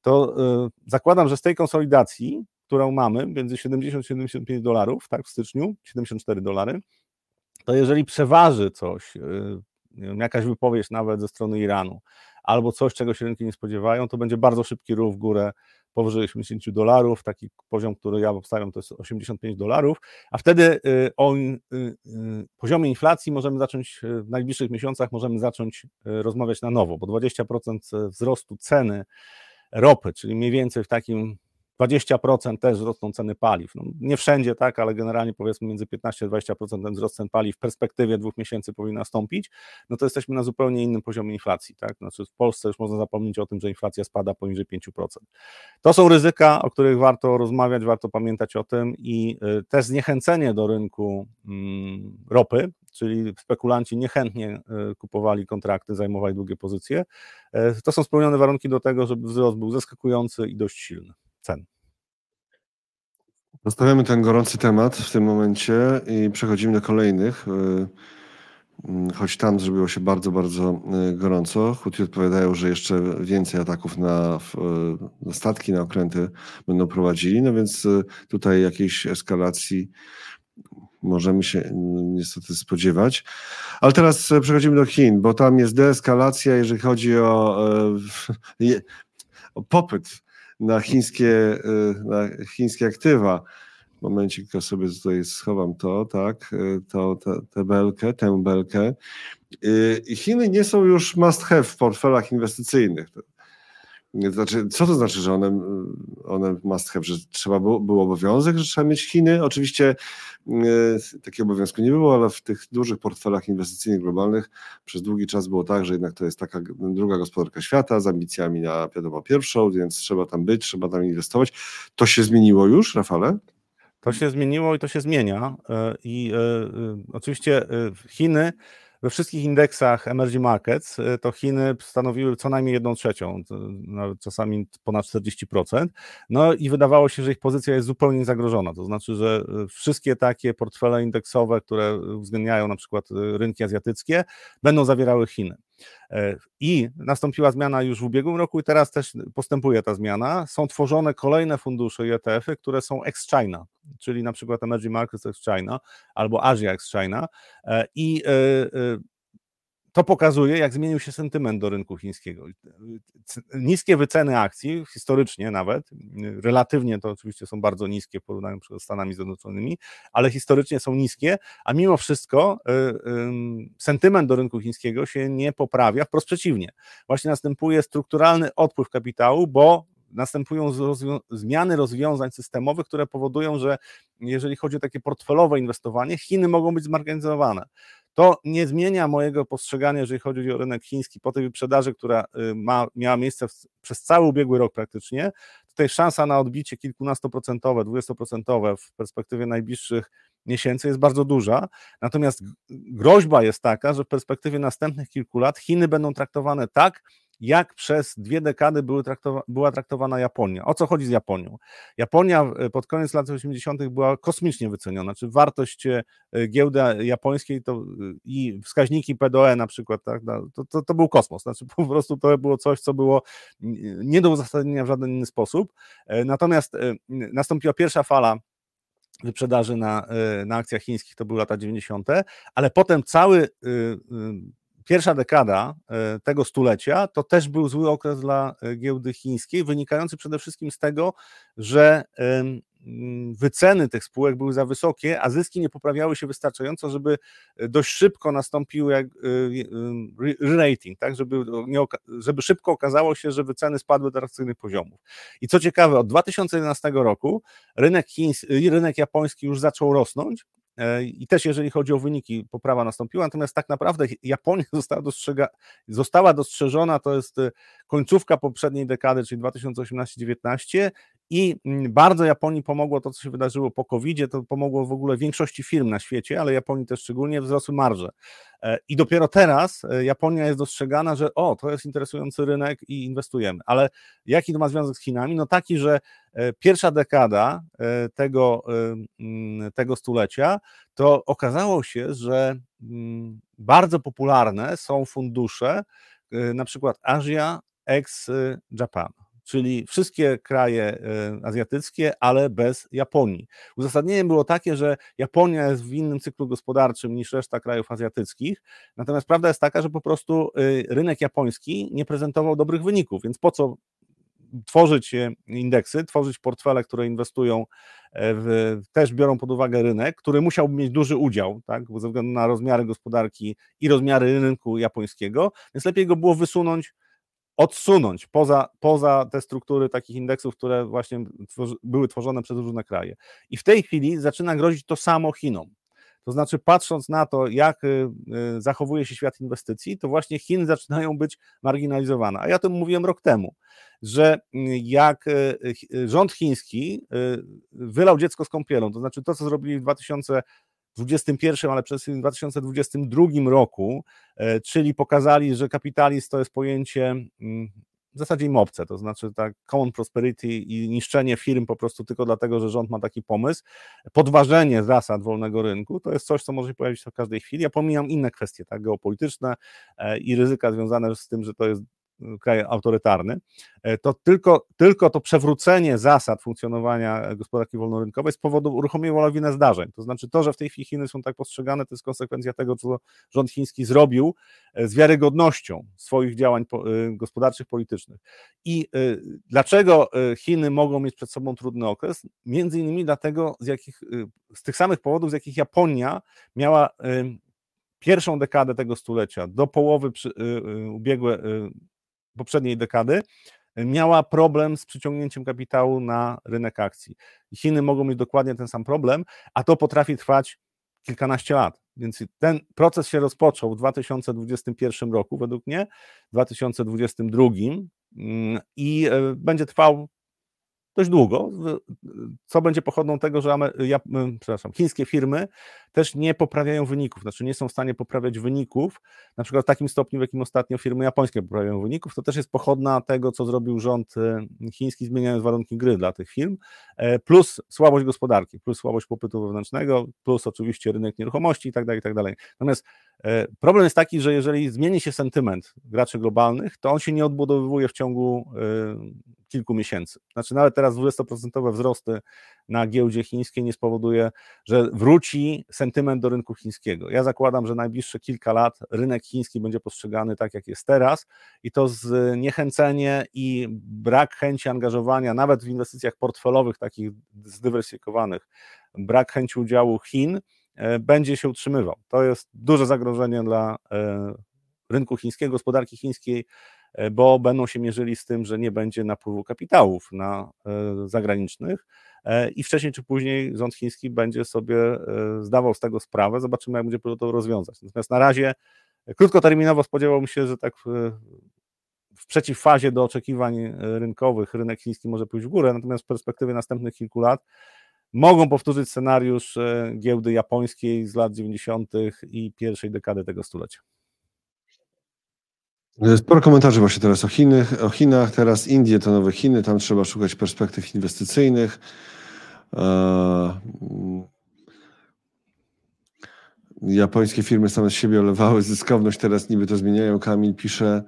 to zakładam, że z tej konsolidacji, którą mamy, między 70-75 dolarów, tak, w styczniu, $74, to jeżeli przeważy coś, nie wiem, jakaś wypowiedź nawet ze strony Iranu, albo coś, czego się rynki nie spodziewają, to będzie bardzo szybki ruch w górę powyżej $80, taki poziom, który ja obstawiam, to jest $85, a wtedy o poziomie inflacji możemy zacząć w najbliższych miesiącach rozmawiać na nowo, bo 20% wzrostu ceny ropy, czyli mniej więcej w takim 20% też rosną ceny paliw. No, nie wszędzie tak, ale generalnie powiedzmy między 15-20% ten wzrost cen paliw w perspektywie 2 miesięcy powinien nastąpić, no to jesteśmy na zupełnie innym poziomie inflacji. Tak? Znaczy w Polsce już można zapomnieć o tym, że inflacja spada poniżej 5%. To są ryzyka, o których warto rozmawiać, warto pamiętać o tym i też zniechęcenie do rynku ropy, czyli spekulanci niechętnie kupowali kontrakty, zajmowali długie pozycje. To są spełnione warunki do tego, żeby wzrost był zaskakujący i dość silny cen. Zostawiamy ten gorący temat w tym momencie i przechodzimy do kolejnych. Choć tam zrobiło się bardzo, bardzo gorąco. Houthi odpowiadają, że jeszcze więcej ataków na statki, na okręty będą prowadzili, no więc tutaj jakiejś eskalacji możemy się niestety spodziewać. Ale teraz przechodzimy do Chin, bo tam jest deeskalacja, jeżeli chodzi o popyt na chińskie aktywa. Momencik, tylko sobie tutaj schowam to, tak, tę belkę. I Chiny nie są już must have w portfelach inwestycyjnych. Znaczy, co to znaczy, że one must have, że był obowiązek, że trzeba mieć Chiny? Oczywiście takiego obowiązku nie było, ale w tych dużych portfelach inwestycyjnych globalnych przez długi czas było tak, że jednak to jest taka druga gospodarka świata z ambicjami na, wiadomo, pierwszą, więc trzeba tam być, trzeba tam inwestować. To się zmieniło już, Rafale? To się zmieniło i to się zmienia. I oczywiście Chiny we wszystkich indeksach emerging markets to Chiny stanowiły co najmniej 1/3, nawet czasami ponad 40%. No i wydawało się, że ich pozycja jest zupełnie zagrożona. To znaczy, że wszystkie takie portfele indeksowe, które uwzględniają na przykład rynki azjatyckie, będą zawierały Chiny. I nastąpiła zmiana już w ubiegłym roku i teraz też postępuje ta zmiana. Są tworzone kolejne fundusze i ETF-y, które są ex-China, czyli na przykład Emerging Markets ex-China albo Asia ex-China i to pokazuje, jak zmienił się sentyment do rynku chińskiego. Niskie wyceny akcji, historycznie nawet, relatywnie to oczywiście są bardzo niskie w porównaniu z Stanami Zjednoczonymi, ale historycznie są niskie, a mimo wszystko sentyment do rynku chińskiego się nie poprawia, wprost przeciwnie. Właśnie następuje strukturalny odpływ kapitału, bo następują zmiany rozwiązań systemowych, które powodują, że jeżeli chodzi o takie portfelowe inwestowanie, Chiny mogą być zmarginalizowane. To nie zmienia mojego postrzegania, jeżeli chodzi o rynek chiński, po tej wyprzedaży, która miała miejsce przez cały ubiegły rok praktycznie. Tutaj szansa na odbicie kilkunastoprocentowe, 20% w perspektywie najbliższych miesięcy jest bardzo duża, natomiast groźba jest taka, że w perspektywie następnych kilku lat Chiny będą traktowane tak, jak przez 2 dekady była traktowana Japonia. O co chodzi z Japonią? Japonia pod koniec lat 80. była kosmicznie wyceniona, czy wartość giełdy japońskiej i wskaźniki PDE na przykład, tak, to był kosmos, znaczy po prostu to było coś, co było nie do uzasadnienia w żaden inny sposób, natomiast nastąpiła pierwsza fala wyprzedaży na akcjach chińskich, to były lata 90., ale potem pierwsza dekada tego stulecia to też był zły okres dla giełdy chińskiej, wynikający przede wszystkim z tego, że wyceny tych spółek były za wysokie, a zyski nie poprawiały się wystarczająco, żeby dość szybko nastąpił re-rating, tak? Żeby szybko okazało się, że wyceny spadły do atrakcyjnych poziomów. I co ciekawe, od 2011 roku rynek japoński już zaczął rosnąć, i też jeżeli chodzi o wyniki, poprawa nastąpiła, natomiast tak naprawdę Japonia została dostrzeżona, to jest końcówka poprzedniej dekady, czyli 2018-19 i bardzo Japonii pomogło to, co się wydarzyło po COVID-zie, to pomogło w ogóle większości firm na świecie, ale Japonii też szczególnie wzrosły marże. I dopiero teraz Japonia jest dostrzegana, że to jest interesujący rynek i inwestujemy. Ale jaki to ma związek z Chinami? No taki, że pierwsza dekada tego stulecia, to okazało się, że bardzo popularne są fundusze, na przykład Asia ex Japan, czyli wszystkie kraje azjatyckie, ale bez Japonii. Uzasadnieniem było takie, że Japonia jest w innym cyklu gospodarczym niż reszta krajów azjatyckich, natomiast prawda jest taka, że po prostu rynek japoński nie prezentował dobrych wyników, więc po co tworzyć indeksy, tworzyć portfele, które inwestują też biorą pod uwagę rynek, który musiałby mieć duży udział, tak, ze względu na rozmiary gospodarki i rozmiary rynku japońskiego, więc lepiej go było odsunąć poza te struktury takich indeksów, które właśnie były tworzone przez różne kraje. I w tej chwili zaczyna grozić to samo Chinom. To znaczy, patrząc na to, jak zachowuje się świat inwestycji, to właśnie Chiny zaczynają być marginalizowane. A ja o tym mówiłem rok temu, że jak rząd chiński wylał dziecko z kąpielą, to znaczy to, co zrobili w 2021, ale przede wszystkim w 2022 roku, czyli pokazali, że kapitalizm to jest pojęcie w zasadzie im obce, to znaczy tak common prosperity i niszczenie firm po prostu tylko dlatego, że rząd ma taki pomysł, podważenie zasad wolnego rynku, to jest coś, co może się pojawić w każdej chwili. Ja pomijam inne kwestie, tak, geopolityczne i ryzyka związane z tym, że to jest kraj autorytarny, to tylko to przewrócenie zasad funkcjonowania gospodarki wolnorynkowej z powodu uruchomiło lawinę zdarzeń. To znaczy to, że w tej chwili Chiny są tak postrzegane, to jest konsekwencja tego, co rząd chiński zrobił z wiarygodnością swoich działań gospodarczych, politycznych. I dlaczego Chiny mogą mieć przed sobą trudny okres? Między innymi dlatego, z tych samych powodów, z jakich Japonia miała pierwszą dekadę tego stulecia, do połowy poprzedniej dekady, miała problem z przyciągnięciem kapitału na rynek akcji. Chiny mogą mieć dokładnie ten sam problem, a to potrafi trwać kilkanaście lat. Więc ten proces się rozpoczął w 2021 roku, według mnie, w 2022 i będzie trwał dość długo, co będzie pochodną tego, że chińskie firmy też nie poprawiają wyników, znaczy nie są w stanie poprawiać wyników, na przykład w takim stopniu, w jakim ostatnio firmy japońskie poprawiają wyników, to też jest pochodna tego, co zrobił rząd chiński, zmieniając warunki gry dla tych firm, plus słabość gospodarki, plus słabość popytu wewnętrznego, plus oczywiście rynek nieruchomości i tak dalej. Natomiast problem jest taki, że jeżeli zmieni się sentyment graczy globalnych, to on się nie odbudowuje w ciągu kilku miesięcy. Znaczy nawet teraz 20% wzrosty na giełdzie chińskiej nie spowoduje, że wróci sentyment do rynku chińskiego. Ja zakładam, że najbliższe kilka lat rynek chiński będzie postrzegany tak, jak jest teraz i to zniechęcenie i brak chęci angażowania, nawet w inwestycjach portfelowych, takich zdywersyfikowanych, brak chęci udziału Chin będzie się utrzymywał. To jest duże zagrożenie dla rynku chińskiego, gospodarki chińskiej, bo będą się mierzyli z tym, że nie będzie napływu kapitałów zagranicznych i wcześniej czy później rząd chiński będzie sobie zdawał z tego sprawę. Zobaczymy, jak będzie to rozwiązać. Natomiast na razie krótkoterminowo spodziewałbym się, że tak w przeciwfazie do oczekiwań rynkowych rynek chiński może pójść w górę, natomiast w perspektywie następnych kilku lat mogą powtórzyć scenariusz giełdy japońskiej z lat 90. i pierwszej dekady tego stulecia. Sporo komentarzy właśnie teraz o Chinach. Teraz Indie to nowe Chiny, tam trzeba szukać perspektyw inwestycyjnych. Japońskie firmy same z siebie olewały zyskowność, teraz niby to zmieniają. Kamil pisze.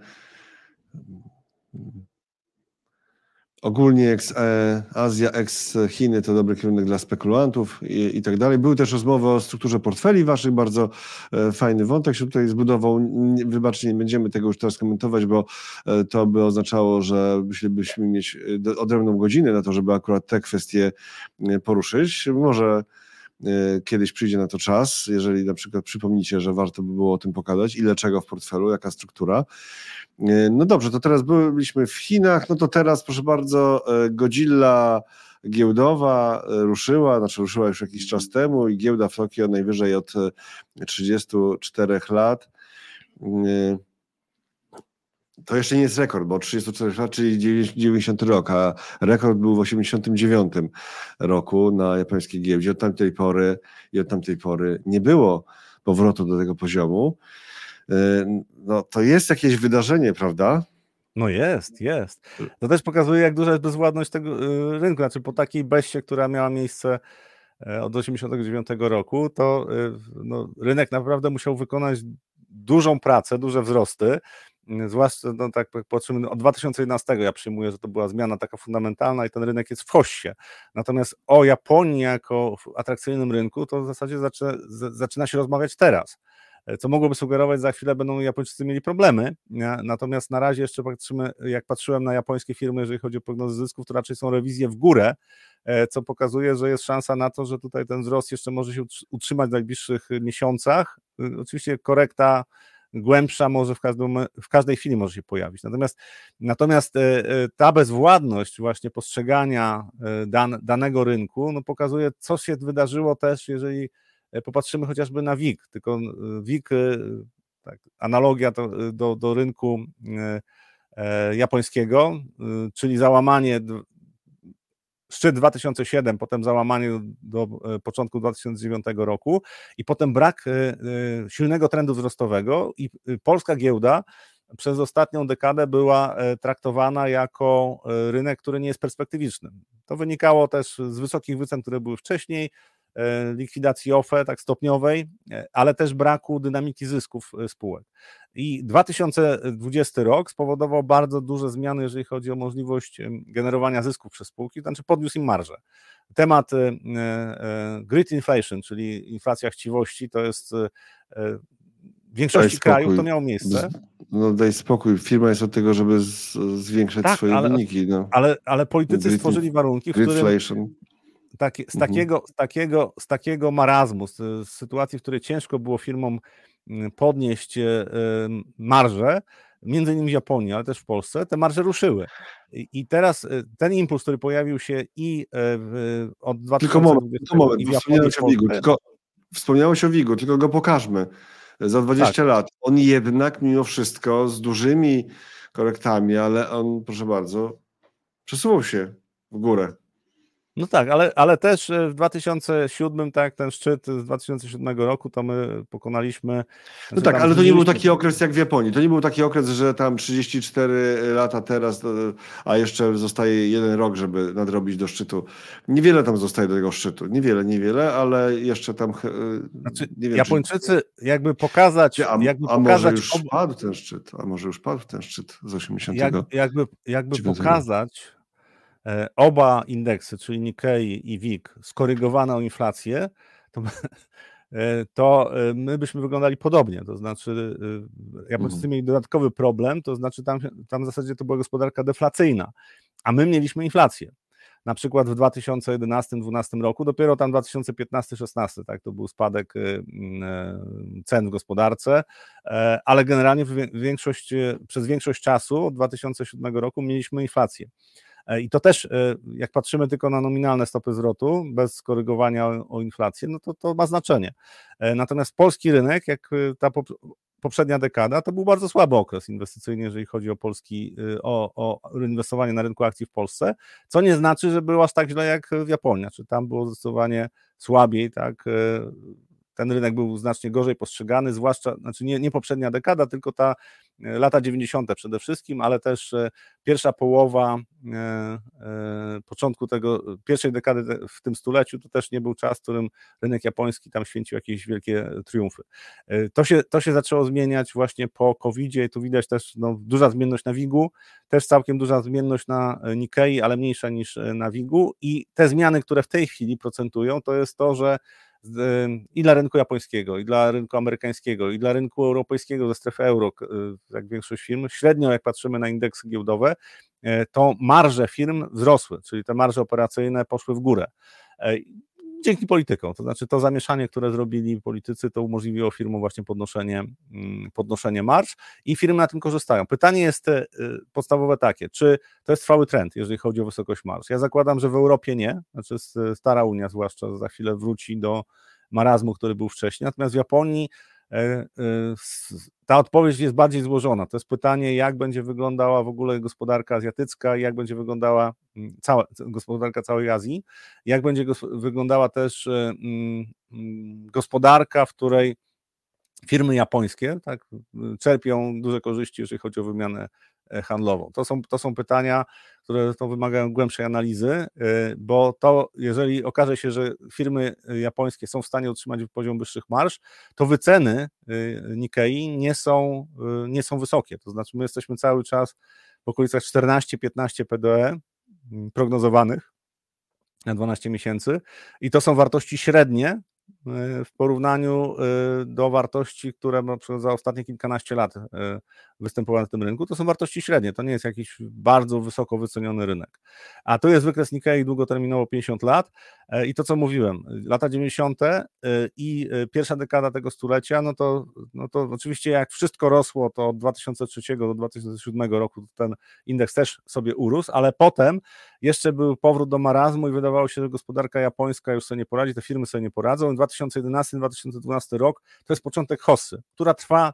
Ogólnie Azja, Chiny to dobry kierunek dla spekulantów i tak dalej. Były też rozmowy o strukturze portfeli waszych, bardzo fajny wątek się tutaj zbudował. Wybaczcie, nie będziemy tego już teraz komentować, bo to by oznaczało, że musielibyśmy mieć odrębną godzinę na to, żeby akurat te kwestie poruszyć. Może kiedyś przyjdzie na to czas, jeżeli na przykład przypomnicie, że warto by było o tym pogadać, ile czego w portfelu, jaka struktura. No dobrze, to teraz byliśmy w Chinach, no to teraz proszę bardzo, Godzilla giełdowa ruszyła już jakiś czas temu i giełda w Tokio najwyżej od 34 lat. To jeszcze nie jest rekord, bo od 34 lat, czyli 90 rok, a rekord był w 89 roku na japońskiej giełdzie. Od tamtej pory nie było powrotu do tego poziomu. No to jest jakieś wydarzenie, prawda? No jest. To też pokazuje, jak duża jest bezwładność tego rynku. Znaczy po takiej beście, która miała miejsce od 1989 roku, to rynek naprawdę musiał wykonać dużą pracę, duże wzrosty. zwłaszcza no, tak jak patrzymy od 2011, ja przyjmuję, że to była zmiana taka fundamentalna i ten rynek jest w hoście. Natomiast o Japonii jako atrakcyjnym rynku to w zasadzie zaczyna się rozmawiać teraz. Co mogłoby sugerować, że za chwilę będą Japończycy mieli problemy, nie? Natomiast na razie jeszcze patrzymy, jak patrzyłem na japońskie firmy, jeżeli chodzi o prognozy zysków, to raczej są rewizje w górę, co pokazuje, że jest szansa na to, że tutaj ten wzrost jeszcze może się utrzymać w najbliższych miesiącach. Oczywiście korekta głębsza może w każdej chwili może się pojawić. Natomiast ta bezwładność właśnie postrzegania danego rynku no pokazuje, co się wydarzyło też, jeżeli popatrzymy chociażby na WIG, tylko WIG, tak, analogia do rynku japońskiego, czyli załamanie, szczyt 2007, potem załamanie do początku 2009 roku i potem brak silnego trendu wzrostowego i polska giełda przez ostatnią dekadę była traktowana jako rynek, który nie jest perspektywiczny. To wynikało też z wysokich wycen, które były wcześniej, likwidacji OFE tak stopniowej, ale też braku dynamiki zysków spółek. I 2020 rok spowodował bardzo duże zmiany, jeżeli chodzi o możliwość generowania zysków przez spółki, to znaczy podniósł im marżę. Temat great inflation, czyli inflacja chciwości, to jest w większości krajów to miało miejsce. No daj spokój, firma jest od tego, żeby zwiększać tak, swoje wyniki. No. Ale politycy stworzyli warunki, w którym z takiego marazmu, z sytuacji, w której ciężko było firmom podnieść marże, między innymi w Japonii, ale też w Polsce, te marże ruszyły. I teraz ten impuls, który pojawił się i od 2020 moment, wspomniałeś o WIG-u, tylko go pokażmy. Za 20 lat. On jednak mimo wszystko z dużymi korektami, ale on, proszę bardzo, przesuwał się w górę. No tak, ale też w 2007, tak, ten szczyt z 2007 roku, to my pokonaliśmy... No tak, ale to nie był taki okres jak w Japonii. To nie był taki okres, że tam 34 lata teraz, a jeszcze zostaje 1 rok, żeby nadrobić do szczytu. Niewiele tam zostaje do tego szczytu. Niewiele, ale jeszcze tam... Znaczy, nie wiem, Japończycy jakby pokazać... może już padł ten szczyt, ten szczyt z 80. Jakby pokazać... Oba indeksy, czyli Nikkei i WIG, skorygowane o inflację, to my byśmy wyglądali podobnie. To znaczy, Japończycy mieli dodatkowy problem, to znaczy tam w zasadzie to była gospodarka deflacyjna, a my mieliśmy inflację. Na przykład w 2011-2012 roku, dopiero tam 2015-2016, tak, to był spadek cen w gospodarce, ale generalnie przez większość czasu od 2007 roku mieliśmy inflację. I to też, jak patrzymy tylko na nominalne stopy zwrotu, bez skorygowania o inflację, no to ma znaczenie. Natomiast polski rynek, jak ta poprzednia dekada, to był bardzo słaby okres inwestycyjny, jeżeli chodzi o inwestowanie na rynku akcji w Polsce, co nie znaczy, że było aż tak źle jak w Japonii, czy tam było zdecydowanie słabiej, tak. Ten rynek był znacznie gorzej postrzegany, zwłaszcza, znaczy nie poprzednia dekada, tylko lata 90. przede wszystkim, ale też pierwsza połowa początku pierwszej dekady w tym stuleciu, to też nie był czas, w którym rynek japoński tam święcił jakieś wielkie triumfy. To się zaczęło zmieniać właśnie po COVID-zie i tu widać też duża zmienność na WIG-u, też całkiem duża zmienność na Nikkei, ale mniejsza niż na WIG-u i te zmiany, które w tej chwili procentują, to jest to, że i dla rynku japońskiego, i dla rynku amerykańskiego, i dla rynku europejskiego ze strefy euro, jak większość firm, średnio jak patrzymy na indeksy giełdowe, to marże firm wzrosły, czyli te marże operacyjne poszły w górę. Dzięki politykom, to znaczy to zamieszanie, które zrobili politycy, to umożliwiło firmom właśnie podnoszenie marż i firmy na tym korzystają. Pytanie jest podstawowe takie, czy to jest trwały trend, jeżeli chodzi o wysokość marż? Ja zakładam, że w Europie nie, znaczy stara Unia zwłaszcza za chwilę wróci do marazmu, który był wcześniej, natomiast w Japonii ta odpowiedź jest bardziej złożona. To jest pytanie, jak będzie wyglądała w ogóle gospodarka azjatycka, jak będzie wyglądała gospodarka całej Azji, jak będzie wyglądała też gospodarka, w której firmy japońskie tak, czerpią duże korzyści, jeżeli chodzi o wymianę handlową? To są pytania, które wymagają głębszej analizy, bo to, jeżeli okaże się, że firmy japońskie są w stanie utrzymać poziom wyższych marż, to wyceny Nikkei nie są wysokie. To znaczy my jesteśmy cały czas w okolicach 14-15 PDE prognozowanych na 12 miesięcy i to są wartości średnie w porównaniu do wartości, które za ostatnie kilkanaście lat występowały na tym rynku, to są wartości średnie, to nie jest jakiś bardzo wysoko wyceniony rynek. A tu jest wykres Nikkei długoterminowo 50 lat i to, co mówiłem, lata 90. i pierwsza dekada tego stulecia, no to oczywiście jak wszystko rosło, to od 2003 do 2007 roku ten indeks też sobie urósł, ale potem jeszcze był powrót do marazmu i wydawało się, że gospodarka japońska już sobie nie poradzi, te firmy sobie nie poradzą. 2011-2012 rok to jest początek hossy, która trwa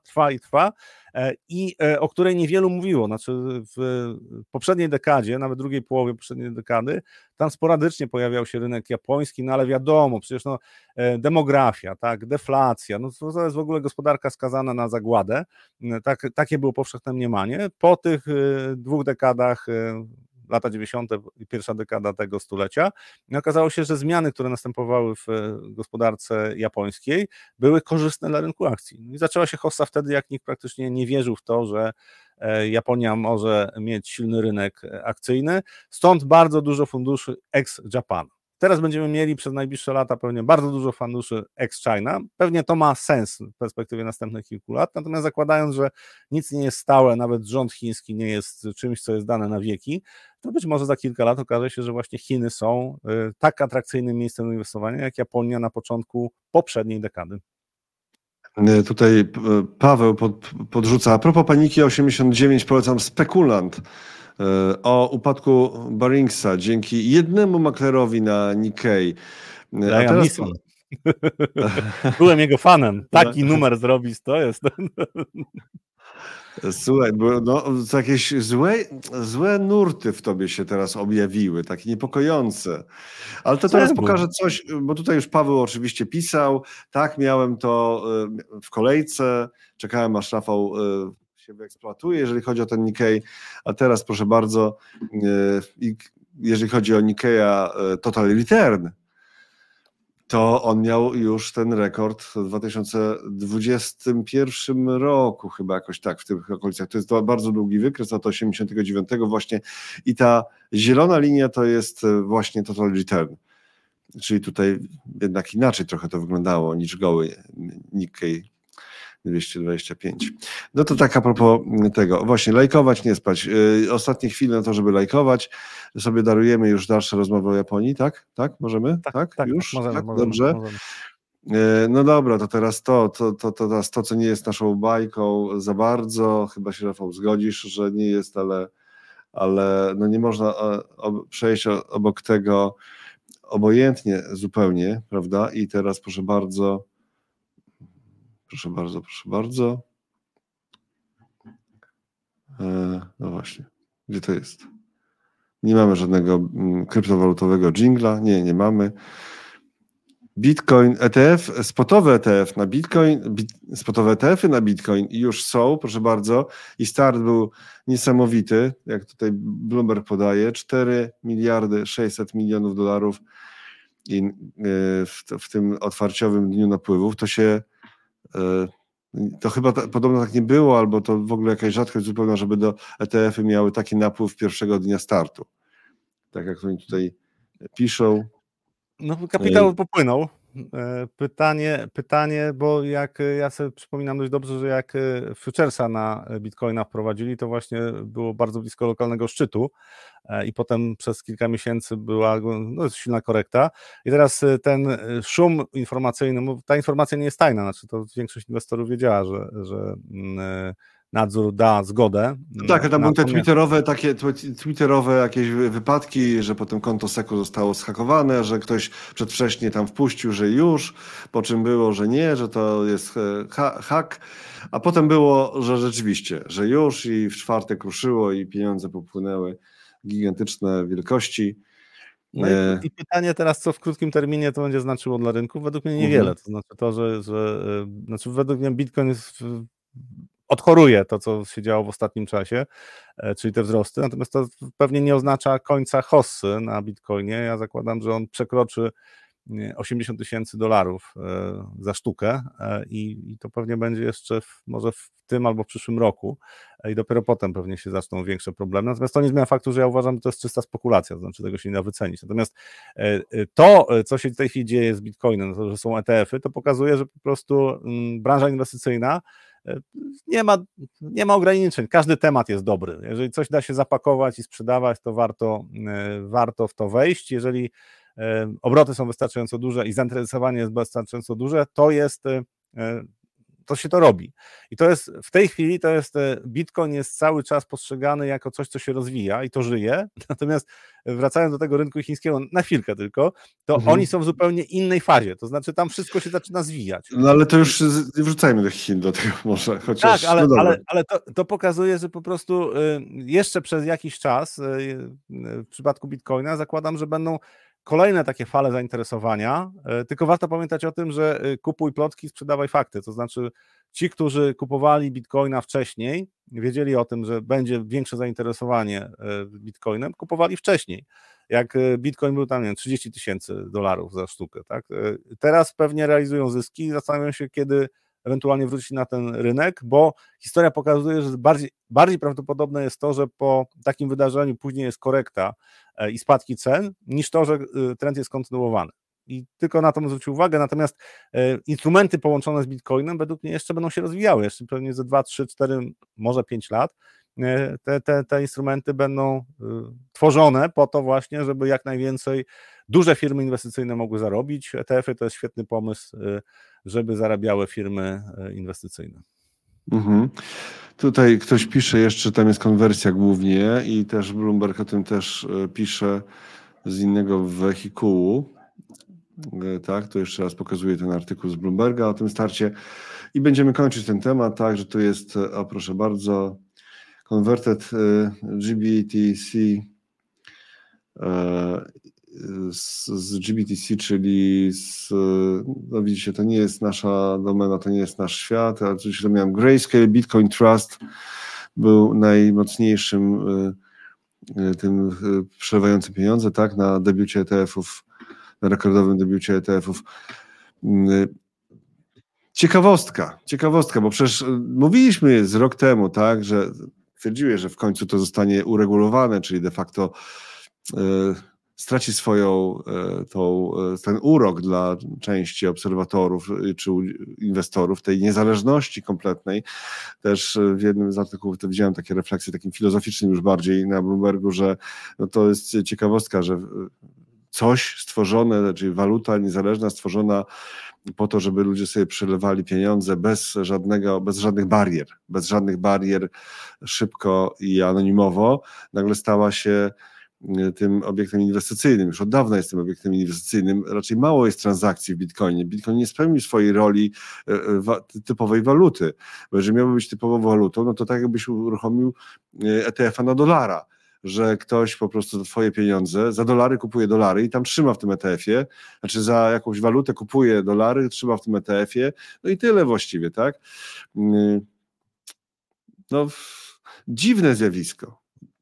i o której niewielu mówiło. Znaczy w poprzedniej dekadzie, nawet drugiej połowie poprzedniej dekady, tam sporadycznie pojawiał się rynek japoński, no ale wiadomo, przecież demografia, tak, deflacja, no to jest w ogóle gospodarka skazana na zagładę. Takie było powszechne mniemanie. Po tych dwóch dekadach, lata 90. i pierwsza dekada tego stulecia, okazało się, że zmiany, które następowały w gospodarce japońskiej, były korzystne dla rynku akcji. I zaczęła się hossa wtedy, jak nikt praktycznie nie wierzył w to, że Japonia może mieć silny rynek akcyjny, stąd bardzo dużo funduszy ex-Japan. Teraz będziemy mieli przez najbliższe lata pewnie bardzo dużo funduszy ex-China. Pewnie to ma sens w perspektywie następnych kilku lat, natomiast zakładając, że nic nie jest stałe, nawet rząd chiński nie jest czymś, co jest dane na wieki, to być może za kilka lat okaże się, że właśnie Chiny są tak atrakcyjnym miejscem do inwestowania, jak Japonia na początku poprzedniej dekady. Tutaj Paweł podrzuca, a propos paniki 89, polecam Spekulant o upadku Baringsa dzięki jednemu maklerowi na Nikkei. A teraz... Byłem jego fanem. Taki numer zrobić to jest. Słuchaj, bo to jakieś złe nurty w tobie się teraz objawiły, takie niepokojące. Ale to teraz pokażę coś, bo tutaj już Paweł oczywiście pisał, tak, miałem to w kolejce, czekałem aż Rafał się wyeksploatuje, jeżeli chodzi o ten Nikkei, a teraz proszę bardzo, jeżeli chodzi o Nikkei Total Return, to on miał już ten rekord w 2021 roku, chyba jakoś tak, w tych okolicach. To jest bardzo długi wykres, od 89 właśnie i ta zielona linia to jest właśnie Total Return. Czyli tutaj jednak inaczej trochę to wyglądało niż goły Nikkei 225. No to tak a propos tego. Właśnie, lajkować, nie spać. Ostatnie chwile na to, żeby lajkować. Sobie darujemy już dalsze rozmowy o Japonii, tak? Tak? Możemy? Tak? Już? Możemy, tak? Dobrze. Możemy. No dobra, to teraz teraz to, co nie jest naszą bajką za bardzo, chyba się Rafał zgodzisz, że nie jest, ale no nie można przejść obok tego obojętnie zupełnie, prawda? I teraz proszę bardzo. No właśnie, gdzie to jest? Nie mamy żadnego kryptowalutowego dżingla, nie mamy. Bitcoin ETF, spotowy ETF na Bitcoin, spotowe ETF-y na Bitcoin już są, proszę bardzo, i start był niesamowity, jak tutaj Bloomberg podaje, 4 miliardy 600 milionów dolarów w tym otwarciowym dniu napływów. To chyba podobno tak nie było, albo to w ogóle jakaś rzadkość zupełna, żeby ETF-y miały taki napływ pierwszego dnia startu. Tak jak oni tutaj piszą. No kapitał popłynął. Pytanie, bo jak ja sobie przypominam dość dobrze, że jak futuresa na Bitcoina wprowadzili, to właśnie było bardzo blisko lokalnego szczytu i potem przez kilka miesięcy była silna korekta i teraz ten szum informacyjny, ta informacja nie jest tajna, znaczy to większość inwestorów wiedziała, że nadzór da zgodę. Tak, tam były te twitterowe jakieś wypadki, że potem konto SECO zostało zhakowane, że ktoś przedwcześnie tam wpuścił, że już, po czym było, że nie, że to jest hak, a potem było, że rzeczywiście, że już i w czwartek ruszyło i pieniądze popłynęły gigantyczne wielkości. No i pytanie teraz, co w krótkim terminie to będzie znaczyło dla rynku? Według mnie niewiele. To znaczy to, że według mnie Bitcoin jest odchoruje to, co się działo w ostatnim czasie, czyli te wzrosty, natomiast to pewnie nie oznacza końca hossy na Bitcoinie. Ja zakładam, że on przekroczy $80,000 za sztukę i to pewnie będzie jeszcze może w tym albo w przyszłym roku i dopiero potem pewnie się zaczną większe problemy. Natomiast to nie zmienia faktu, że ja uważam, że to jest czysta spekulacja, to znaczy tego się nie da wycenić. Natomiast to, co się w tej chwili dzieje z Bitcoinem, to, że są ETF-y, to pokazuje, że po prostu branża inwestycyjna nie ma ograniczeń. Każdy temat jest dobry. Jeżeli coś da się zapakować i sprzedawać, to warto w to wejść. Jeżeli obroty są wystarczająco duże i zainteresowanie jest wystarczająco duże, to się to robi. I to jest w tej chwili, Bitcoin jest cały czas postrzegany jako coś, co się rozwija i to żyje, natomiast wracając do tego rynku chińskiego, na chwilkę tylko, to oni są w zupełnie innej fazie, to znaczy tam wszystko się zaczyna zwijać. No ale to już wrzucajmy do Chin do tego może, chociaż... Tak, ale to pokazuje, że po prostu jeszcze przez jakiś czas w przypadku Bitcoina zakładam, że będą kolejne takie fale zainteresowania, tylko warto pamiętać o tym, że kupuj plotki, sprzedawaj fakty, to znaczy ci, którzy kupowali Bitcoina wcześniej, wiedzieli o tym, że będzie większe zainteresowanie Bitcoinem, kupowali wcześniej, jak Bitcoin był tam, nie wiem, $30,000 za sztukę, tak? Teraz pewnie realizują zyski i zastanawiają się, kiedy ewentualnie wrócić na ten rynek, bo historia pokazuje, że bardziej prawdopodobne jest to, że po takim wydarzeniu później jest korekta i spadki cen, niż to, że trend jest kontynuowany. I tylko na to bym zwrócił uwagę, natomiast instrumenty połączone z Bitcoinem według mnie jeszcze będą się rozwijały, jeszcze pewnie za 2, 3, 4, może 5 lat te instrumenty będą tworzone po to właśnie, żeby jak najwięcej duże firmy inwestycyjne mogły zarobić. ETF-y to jest świetny pomysł, żeby zarabiały firmy inwestycyjne. Tutaj ktoś pisze jeszcze, tam jest konwersja głównie i też Bloomberg o tym też pisze z innego wehikułu. Tak, to jeszcze raz pokazuję ten artykuł z Bloomberga o tym starcie i będziemy kończyć ten temat, tak, że tu jest, o proszę bardzo, converted GBTC z GBTC, czyli no widzicie, to nie jest nasza domena, to nie jest nasz świat, ale coś tam miałem, Grayscale Bitcoin Trust był najmocniejszym tym przelewającym pieniądze, tak, na debiucie ETF-ów, na rekordowym debiucie ETF-ów. Ciekawostka, bo przecież mówiliśmy z rok temu, tak, że twierdziłeś, że w końcu to zostanie uregulowane, czyli de facto straci ten urok dla części obserwatorów czy inwestorów, tej niezależności kompletnej. Też w jednym z artykułów to widziałem takie refleksje, takim filozoficznym już bardziej na Bloombergu, że no to jest ciekawostka, że coś stworzone, czyli waluta niezależna stworzona po to, żeby ludzie sobie przelewali pieniądze bez żadnych barier, szybko i anonimowo, nagle stała się tym obiektem inwestycyjnym. Już od dawna jest tym obiektem inwestycyjnym. Raczej mało jest transakcji w Bitcoinie. Bitcoin nie spełnił swojej roli typowej waluty, bo jeżeli miałby być typową walutą, no to tak jakbyś uruchomił ETF-a na dolara, że ktoś po prostu za twoje pieniądze, za dolary kupuje dolary i tam trzyma w tym ETF-ie, znaczy za jakąś walutę kupuje dolary, trzyma w tym ETF-ie, no i tyle właściwie, tak? No, dziwne zjawisko.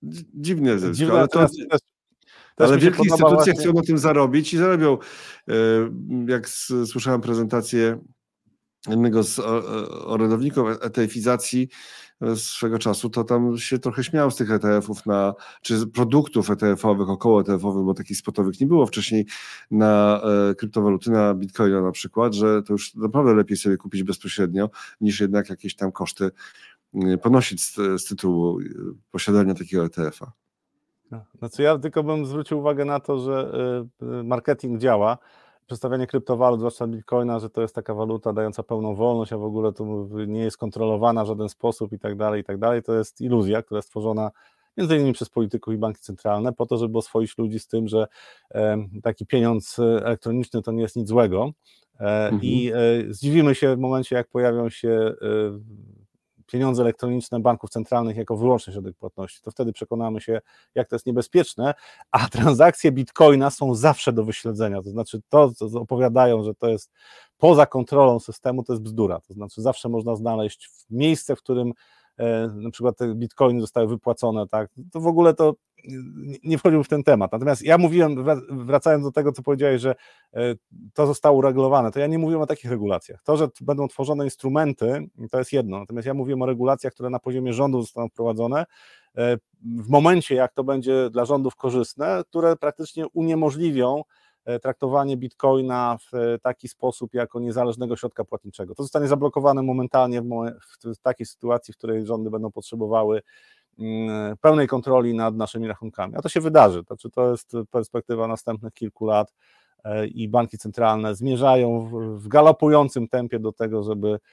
Ale wielkie instytucje chcą na tym zarobić i zarabią. Jak słyszałem prezentację jednego z orędowników ETF-izacji swego czasu, to tam się trochę śmiał z tych ETF-ów czy produktów ETF-owych, około ETF-owych, bo takich spotowych nie było wcześniej na kryptowaluty, na Bitcoina na przykład, że to już naprawdę lepiej sobie kupić bezpośrednio, niż jednak jakieś tam koszty ponosić z tytułu posiadania takiego ETF-a. Znaczy ja tylko bym zwrócił uwagę na to, że marketing działa, przedstawianie kryptowalut, zwłaszcza Bitcoina, że to jest taka waluta dająca pełną wolność, a w ogóle to nie jest kontrolowana w żaden sposób i tak dalej, to jest iluzja, która jest stworzona między innymi przez polityków i banki centralne po to, żeby oswoić ludzi z tym, że taki pieniądz elektroniczny to nie jest nic złego i zdziwimy się w momencie, jak pojawią się pieniądze elektroniczne banków centralnych jako wyłączny środek płatności. To wtedy przekonamy się, jak to jest niebezpieczne, a transakcje bitcoina są zawsze do wyśledzenia. To znaczy to, co opowiadają, że to jest poza kontrolą systemu, to jest bzdura. To znaczy zawsze można znaleźć miejsce, w którym na przykład te bitcoiny zostały wypłacone, tak? To w ogóle to nie wchodził w ten temat. Natomiast ja mówiłem, wracając do tego, co powiedziałeś, że to zostało uregulowane, to ja nie mówiłem o takich regulacjach. To, że będą tworzone instrumenty, to jest jedno. Natomiast ja mówiłem o regulacjach, które na poziomie rządu zostaną wprowadzone w momencie, jak to będzie dla rządów korzystne, które praktycznie uniemożliwią traktowanie bitcoina w taki sposób jako niezależnego środka płatniczego. To zostanie zablokowane momentalnie w takiej sytuacji, w której rządy będą potrzebowały pełnej kontroli nad naszymi rachunkami. A to się wydarzy. To jest perspektywa następnych kilku lat i banki centralne zmierzają w galopującym tempie do tego,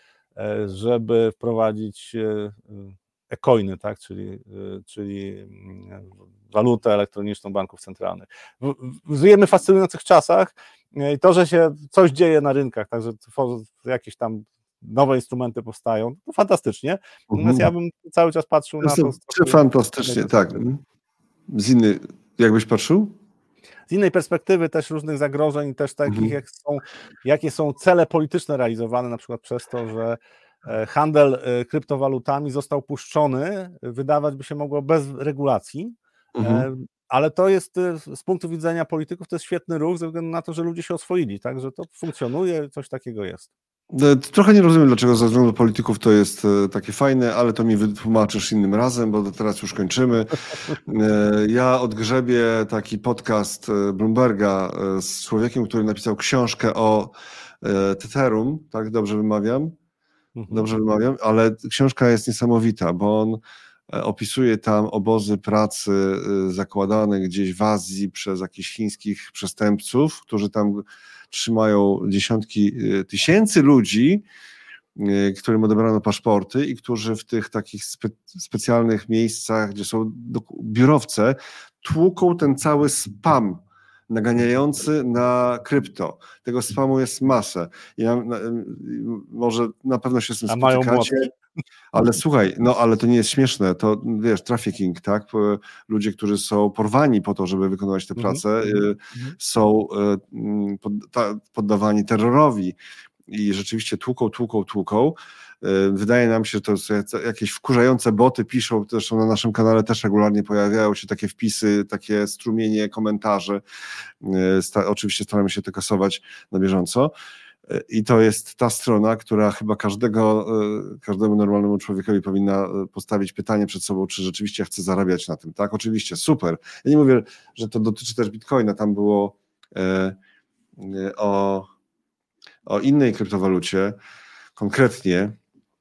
żeby wprowadzić e-coiny, tak? czyli walutę elektroniczną banków centralnych. Żyjemy w fascynujących czasach i to, że się coś dzieje na rynkach, także jakieś tam nowe instrumenty powstają, to fantastycznie. Natomiast ja bym cały czas patrzył na to. Fantastycznie, tak. Z innej, jakbyś patrzył? Z innej perspektywy też różnych zagrożeń, też takich, jakie są cele polityczne realizowane, na przykład przez to, że handel kryptowalutami został puszczony, wydawać by się mogło bez regulacji, ale to jest z punktu widzenia polityków to jest świetny ruch ze względu na to, że ludzie się oswoili, tak, że to funkcjonuje, coś takiego jest. Trochę nie rozumiem, dlaczego ze względu polityków to jest takie fajne, ale to mi wytłumaczysz innym razem, bo teraz już kończymy. Ja odgrzebię taki podcast Bloomberga z człowiekiem, który napisał książkę o Ethereum, tak dobrze wymawiam? Dobrze wymawiam, ale książka jest niesamowita, bo on opisuje tam obozy pracy zakładane gdzieś w Azji przez jakichś chińskich przestępców, którzy tam trzymają dziesiątki tysięcy ludzi, którym odebrano paszporty i którzy w tych takich specjalnych miejscach, gdzie są biurowce, tłuką ten cały spam naganiający na krypto. Tego spamu jest masę. Może na pewno się z tym spotykacie. Ale słuchaj, ale to nie jest śmieszne, to wiesz, trafficking, tak? Ludzie, którzy są porwani po to, żeby wykonywać tę pracę, są poddawani terrorowi i rzeczywiście tłuką. Wydaje nam się, że to jest jakieś wkurzające boty piszą, zresztą na naszym kanale też regularnie pojawiają się takie wpisy, takie strumienie komentarzy. Oczywiście staramy się to kasować na bieżąco. I to jest ta strona, która chyba każdemu normalnemu człowiekowi powinna postawić pytanie przed sobą, czy rzeczywiście chce zarabiać na tym, tak? Oczywiście, super. Ja nie mówię, że to dotyczy też Bitcoina, tam było o innej kryptowalucie, konkretnie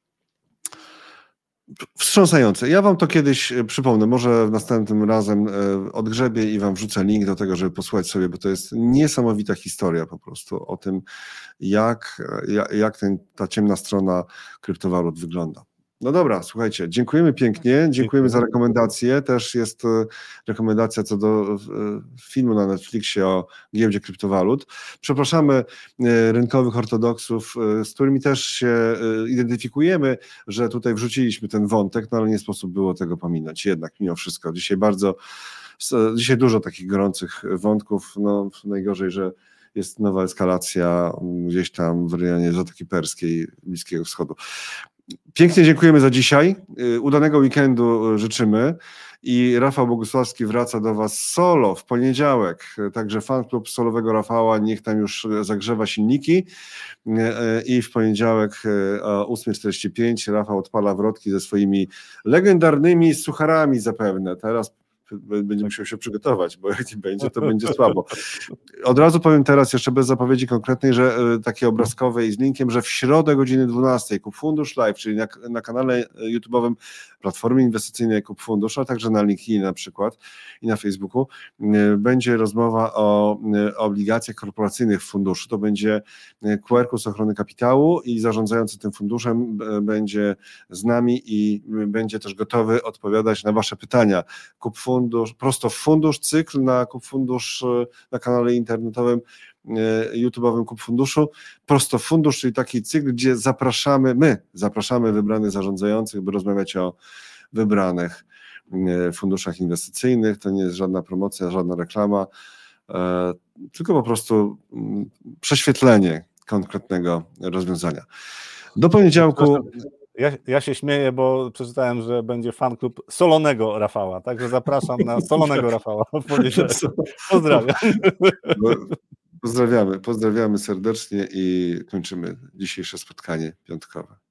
wstrząsające. Ja wam to kiedyś przypomnę, może następnym razem odgrzebię i wam wrzucę link do tego, żeby posłuchać sobie, bo to jest niesamowita historia po prostu o tym, jak ta ciemna strona kryptowalut wygląda. No dobra, słuchajcie, dziękujemy pięknie, dziękujemy za rekomendację. Też jest rekomendacja co do filmu na Netflixie o giełdzie kryptowalut. Przepraszamy rynkowych ortodoksów, z którymi też się identyfikujemy, że tutaj wrzuciliśmy ten wątek, no ale nie sposób było tego pominąć. Jednak mimo wszystko, dzisiaj dużo takich gorących wątków, no najgorzej, że jest nowa eskalacja gdzieś tam w rejonie Zatoki Perskiej, Bliskiego Wschodu. Pięknie dziękujemy za dzisiaj. Udanego weekendu życzymy. I Rafał Bogusławski wraca do Was solo w poniedziałek. Także fanklub solowego Rafała niech tam już zagrzewa silniki. I w poniedziałek o 8:45 Rafał odpala wrotki ze swoimi legendarnymi sucharami zapewne. Teraz będzie musiał się przygotować, bo jak nie będzie, to będzie słabo. Od razu powiem teraz, jeszcze bez zapowiedzi konkretnej, że takie obrazkowej z linkiem, że w środę godziny 12 Kup Fundusz Live, czyli na kanale YouTube'owym Platformy Inwestycyjnej Kup Fundusz, a także na LinkedInie na przykład i na Facebooku, będzie rozmowa o obligacjach korporacyjnych w funduszu. To będzie QR-kurs ochrony kapitału i zarządzający tym funduszem będzie z nami i będzie też gotowy odpowiadać na Wasze pytania. Kup Fundusz, prosto w fundusz, cykl na Kup Fundusz na kanale internetowym YouTube'owym Kup Funduszu. Prosto Fundusz, czyli taki cykl, gdzie zapraszamy wybranych zarządzających, by rozmawiać o wybranych funduszach inwestycyjnych. To nie jest żadna promocja, żadna reklama, tylko po prostu prześwietlenie konkretnego rozwiązania. Do poniedziałku. Ja się śmieję, bo przeczytałem, że będzie fan klub Solonego Rafała, także zapraszam na Solonego Rafała w poniedziałek. Pozdrawiam. Pozdrawiamy serdecznie i kończymy dzisiejsze spotkanie piątkowe.